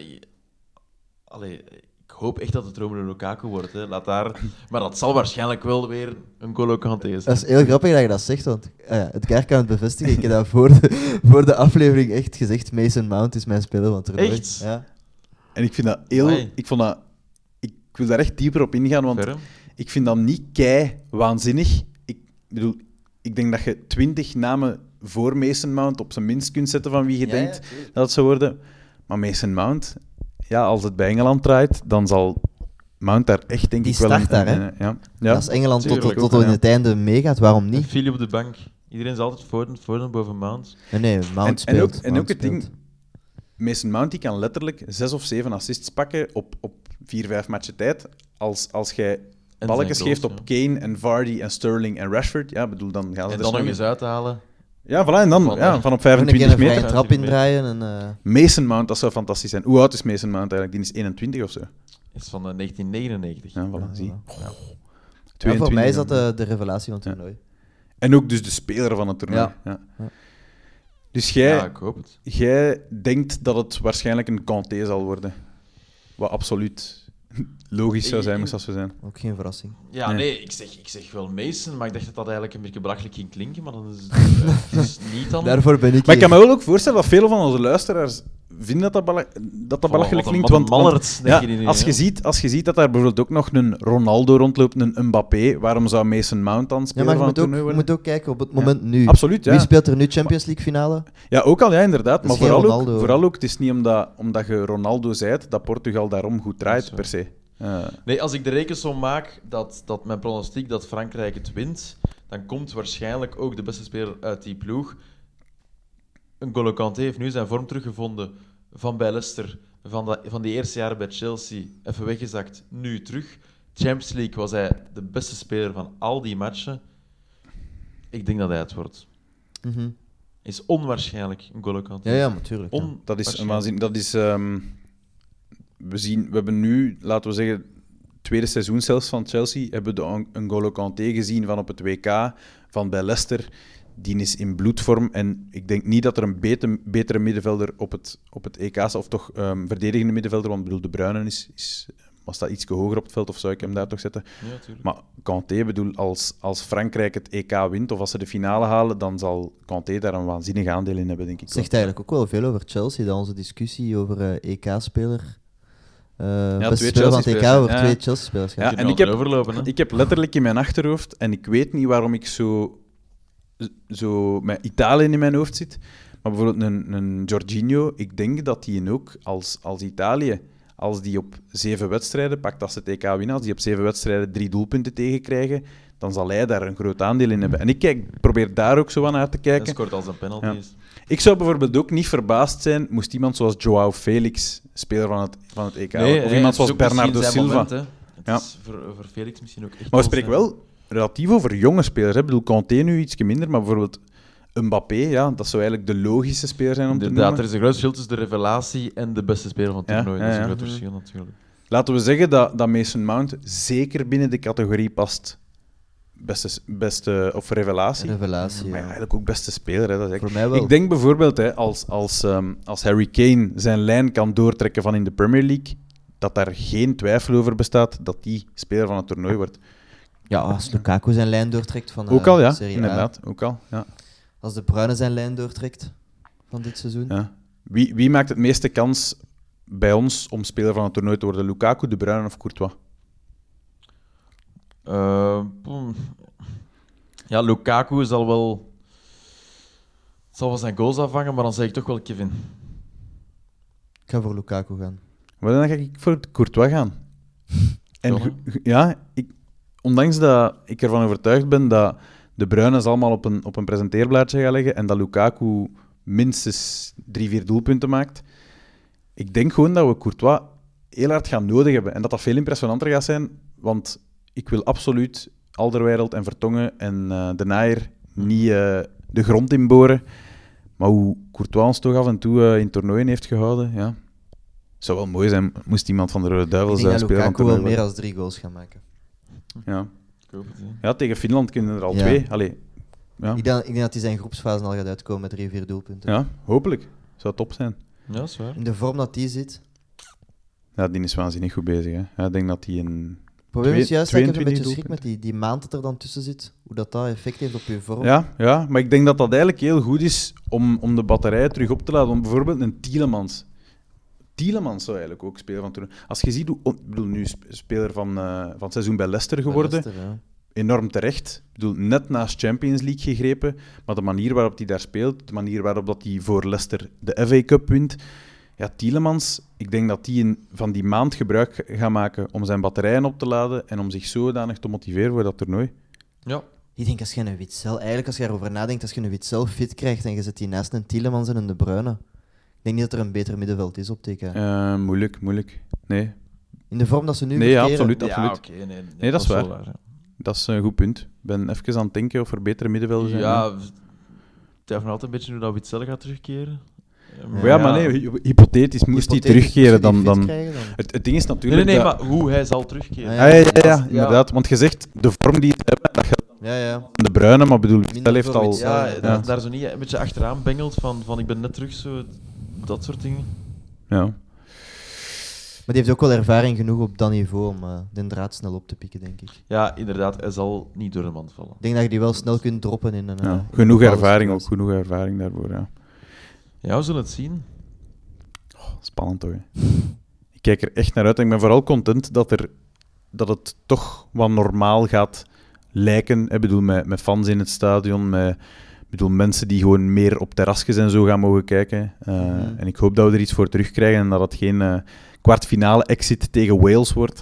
Ik hoop echt dat het Romelu Lukaku wordt. Hè. Maar dat zal waarschijnlijk wel weer een N'Golo Kanté zijn. Dat is heel grappig dat je dat zegt, want Edgar kan het bevestigen. Ik heb dat voor de aflevering echt gezegd. Mason Mount is mijn speler van het toernooi. Echt? Ja. En ik vind dat heel... Ik wil daar echt dieper op ingaan, want ik vind dat niet waanzinnig. Ik bedoel, ik denk dat je 20 namen voor Mason Mount op zijn minst kunt zetten van wie je denkt dat het zou worden. Maar Mason Mount, als het bij Engeland draait, dan zal Mount daar echt, denk ik, wel... Die start daar, hè? Ja. Als Engeland tot in het einde meegaat, waarom niet? Philly op de bank. Iedereen is altijd Foden boven Mount. Nee, Mount speelt. En ook het ding... Mason Mount die kan letterlijk 6 of 7 assists pakken op 4-5 matchen tijd. Als jij balletjes geeft op Kane en Vardy en Sterling en Rashford, dan gaan ze en dan nog eens uithalen. Ja, voilà, en dan van op 25 meter. Een trap indraaien. Mason Mount, dat zou fantastisch zijn. Hoe oud is Mason Mount eigenlijk? Die is 21 of zo. Is van 1999. Ja, voilà, zie. Voor mij is dat de revelatie van het toernooi. En ook dus de speler van het toernooi. Ja. Dus ik hoop het. Jij denkt dat het waarschijnlijk een Kanté zal worden? Wat absoluut logisch zou zijn, moest dat zo zijn. Ook geen verrassing. Ja, nee, ik zeg wel Mason, maar ik dacht dat dat eigenlijk een beetje belachelijk ging klinken, maar dat is dus niet dan... Daarvoor ben ik Maar ik kan me wel ook voorstellen dat veel van onze luisteraars vinden dat belachelijk klinkt. Want als je ziet dat daar bijvoorbeeld ook nog een Ronaldo rondloopt, een Mbappé, waarom zou Mason Mount dan spelen van het toernooi worden? Je moet ook kijken op het moment nu. Absoluut, ja. Wie speelt er nu Champions League finale? Ja, ook al, ja, inderdaad. Maar vooral ook, het is niet omdat je Ronaldo zijt, dat Portugal daarom goed draait, per se. Nee, als ik de rekensom maak dat mijn pronostiek dat Frankrijk het wint, dan komt waarschijnlijk ook de beste speler uit die ploeg. N'Golo Kanté heeft nu zijn vorm teruggevonden van bij Leicester, van die eerste jaren bij Chelsea, even weggezakt, nu terug. Champions League was hij de beste speler van al die matchen. Ik denk dat hij het wordt. Mm-hmm. Is onwaarschijnlijk, N'Golo Kanté. Ja, natuurlijk. Dat is een waanzin. Dat is... We hebben nu, laten we zeggen, tweede seizoen zelfs van Chelsea, hebben we N'Golo Kanté gezien van op het WK, van bij Leicester. Die is in bloedvorm en ik denk niet dat er een betere middenvelder op het EK is, of toch verdedigende middenvelder, want ik bedoel, De Bruyne was dat iets hoger op het veld, of zou ik hem daar toch zetten? Ja, tuurlijk. Maar Kanté, bedoel, als Frankrijk het EK wint, of als ze de finale halen, dan zal Kanté daar een waanzinnig aandeel in hebben, denk ik. Het zegt eigenlijk ook wel veel over Chelsea, dat onze discussie over EK-speler... beste speler van het EK over twee Chelsea-spelers gaat. Ja, en ik heb letterlijk in mijn achterhoofd, en ik weet niet waarom ik zo met Italië in mijn hoofd zit, maar bijvoorbeeld een Jorginho, ik denk dat die ook als Italië, als die op 7 wedstrijden, pakt als ze het EK winnen, als die op 7 wedstrijden 3 doelpunten tegenkrijgen, dan zal hij daar een groot aandeel in hebben. En ik probeer daar ook zo aan uit te kijken. Hij scoort als een penalty is. Ja. Ik zou bijvoorbeeld ook niet verbaasd zijn moest iemand zoals João Felix, speler van het EK, of iemand zoals Bernardo Silva. Moment, het is voor Felix misschien ook echt... Maar we spreken wel relatief over jonge spelers. Ik bedoel, Kanté nu iets minder, maar bijvoorbeeld Mbappé, ja, dat zou eigenlijk de logische speler zijn om te noemen. Er is een groot verschil tussen de revelatie en de beste speler van het toernooi. Dat is een groot verschil natuurlijk. Laten we zeggen dat Mason Mount zeker binnen de categorie past. Beste of revelatie. Revelatie, maar eigenlijk ook beste speler. Hè. Dat is voor mij wel. Ik denk bijvoorbeeld, als Harry Kane zijn lijn kan doortrekken van in de Premier League, dat daar geen twijfel over bestaat dat die speler van het toernooi wordt. Ja, als Lukaku zijn lijn doortrekt van ook al, ja, Serie A. Inderdaad. Ook al, ja. Als De Bruyne zijn lijn doortrekt van dit seizoen. Ja. Wie maakt het meeste kans bij ons om speler van het toernooi te worden? Lukaku, De Bruyne of Courtois? Ja, Lukaku zal wel zijn goals afvangen, maar dan zeg ik toch wel Kevin. Ik ga voor Lukaku gaan. Maar dan ga ik voor Courtois gaan. En ondanks dat ik ervan overtuigd ben dat De Bruyne allemaal op een presenteerblaadje gaat leggen en dat Lukaku minstens 3-4 doelpunten maakt, ik denk gewoon dat we Courtois heel hard gaan nodig hebben. En dat veel impressionanter gaat zijn, want ik wil absoluut Alderweireld en Vertongen en De Naaier niet de grond inboren. Maar hoe Courtois ons toch af en toe in toernooien heeft gehouden, ja. Het zou wel mooi zijn, moest iemand van de Rode Duivels spelen. Ik denk dat Lukaku wel meer dan 3 goals gaan maken. Ja. Ja, tegen Finland kunnen er al 2. Allee, ja. Ik denk dat hij zijn groepsfase al gaat uitkomen met 3-4 doelpunten. Ja, hopelijk. Zou top zijn. Ja, dat is waar. In de vorm dat die zit. Ja, die is waanzinnig goed bezig. Hè. Ja, ik denk dat hij een... Het probleem is juist dat ik een beetje schrik met die maand dat er dan tussen zit. Hoe dat effect heeft op je vorm. Ja, maar ik denk dat dat eigenlijk heel goed is om de batterijen terug op te laden. Om bijvoorbeeld een Tielemans zou eigenlijk ook spelen van toen. Als je ziet, ik bedoel, nu speler van het seizoen bij Leicester geworden. Bij Leicester, ja. Enorm terecht. Ik bedoel, net naast Champions League gegrepen. Maar de manier waarop hij daar speelt, de manier waarop dat hij voor Leicester de FA Cup wint. Ja, Tielemans, ik denk dat hij van die maand gebruik gaat maken om zijn batterijen op te laden en om zich zodanig te motiveren voor dat toernooi. Ja. Ik denk als je een Witsel, eigenlijk als je erover nadenkt, als je een Witsel fit krijgt en je zet die naast een Tielemans en een De Bruyne. Ik denk niet dat er een beter middenveld is op TK. Moeilijk. Nee. In de vorm dat ze nu verkeren. Nee, absoluut. Ja, okay, nee, dat is waar. Dat is een goed punt. Ik ben even aan het denken of er betere middenvelden zijn. Ja, het heeft nog altijd een beetje hoe dat Witsel gaat terugkeren. Maar nee, hypothetisch moest hij terugkeren dan... Het ding is natuurlijk... Nee, maar hoe hij zal terugkeren. Ja, inderdaad. Want je zegt, de vorm die ze hebben, dat geldt De Bruyne, maar bedoel, Witsel heeft al... Daar zo niet een beetje achteraan bengelt van ik ben net terug, zo, dat soort dingen. Ja. die heeft ook wel ervaring genoeg op dat niveau om de draad snel op te pikken, denk ik. Ja, inderdaad. Hij zal niet door de mand vallen. Ik denk dat je die wel snel kunt droppen in een... genoeg ervaring, ook genoeg ervaring daarvoor, ja. Ja, we zullen het zien. Spannend toch, hè. Ik kijk er echt naar uit en ik ben vooral content dat het toch wat normaal gaat lijken. Ik bedoel, met fans in het stadion, mensen die gewoon meer op terrasjes en zo gaan mogen kijken. En ik hoop dat we er iets voor terugkrijgen en dat het geen kwartfinale exit tegen Wales wordt.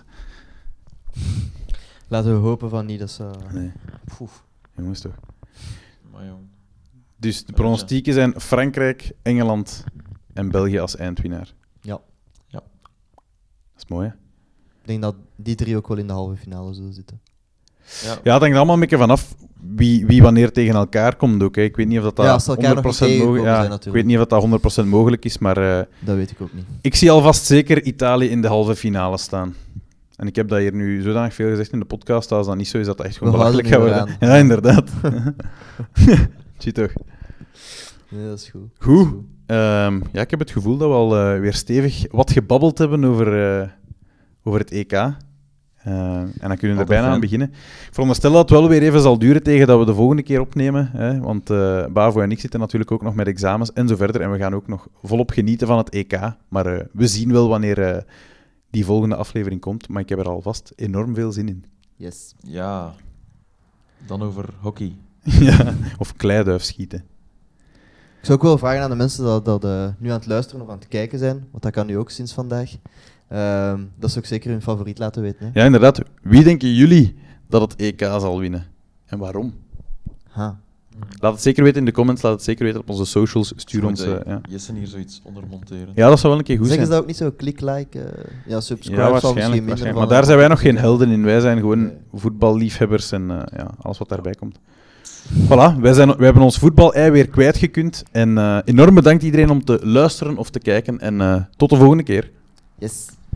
Laten we hopen van niet dat ze... Nee. Jongens toch. Maar jong. Dus de pronostieken zijn Frankrijk, Engeland en België als eindwinnaar. Ja. Dat is mooi, hè? Ik denk dat die 3 ook wel in de halve finale zullen zitten. Ja, het hangt allemaal een beetje vanaf wie wanneer tegen elkaar komt ook. Hè. Ik weet niet of dat 100% mogelijk is. Ik weet niet of dat 100% mogelijk is, maar... dat weet ik ook niet. Ik zie alvast zeker Italië in de halve finale staan. En ik heb dat hier nu zodanig veel gezegd in de podcast, als dat niet zo is, dat echt gewoon belachelijk gaat worden. Ja, inderdaad. Zie toch. Nee, dat is goed. Goed. Ik heb het gevoel dat we al weer stevig wat gebabbeld hebben over het EK. En dan kunnen we er bijna aan beginnen. Ik veronderstel dat het wel weer even zal duren tegen dat we de volgende keer opnemen. Hè? Want Bavo en ik zitten natuurlijk ook nog met examens en zo verder. En we gaan ook nog volop genieten van het EK. Maar we zien wel wanneer die volgende aflevering komt. Maar ik heb er alvast enorm veel zin in. Yes. Ja. Dan over hockey. Ja, of kleiduif schieten. Ik zou ook wel vragen aan de mensen dat nu aan het luisteren of aan het kijken zijn. Want dat kan nu ook sinds vandaag. Dat ze ook zeker hun favoriet laten weten. Hè? Ja, inderdaad. Wie denken jullie dat het EK zal winnen? En waarom? Laat het zeker weten in de comments, laat het zeker weten op onze socials. Stuur ons... Jessen hier zoiets onder monteren. Ja, dat zou wel een keer goed zijn. Zeggen ze dat ook niet zo? Klik, like, subscribe. Ja, waarschijnlijk. Maar daar zijn wij nog geen helden in. Wij zijn gewoon voetballiefhebbers en alles wat daarbij komt. Voilà, wij hebben ons voetbal-ei weer kwijtgekund. En enorm bedankt iedereen om te luisteren of te kijken. En tot de volgende keer. Yes.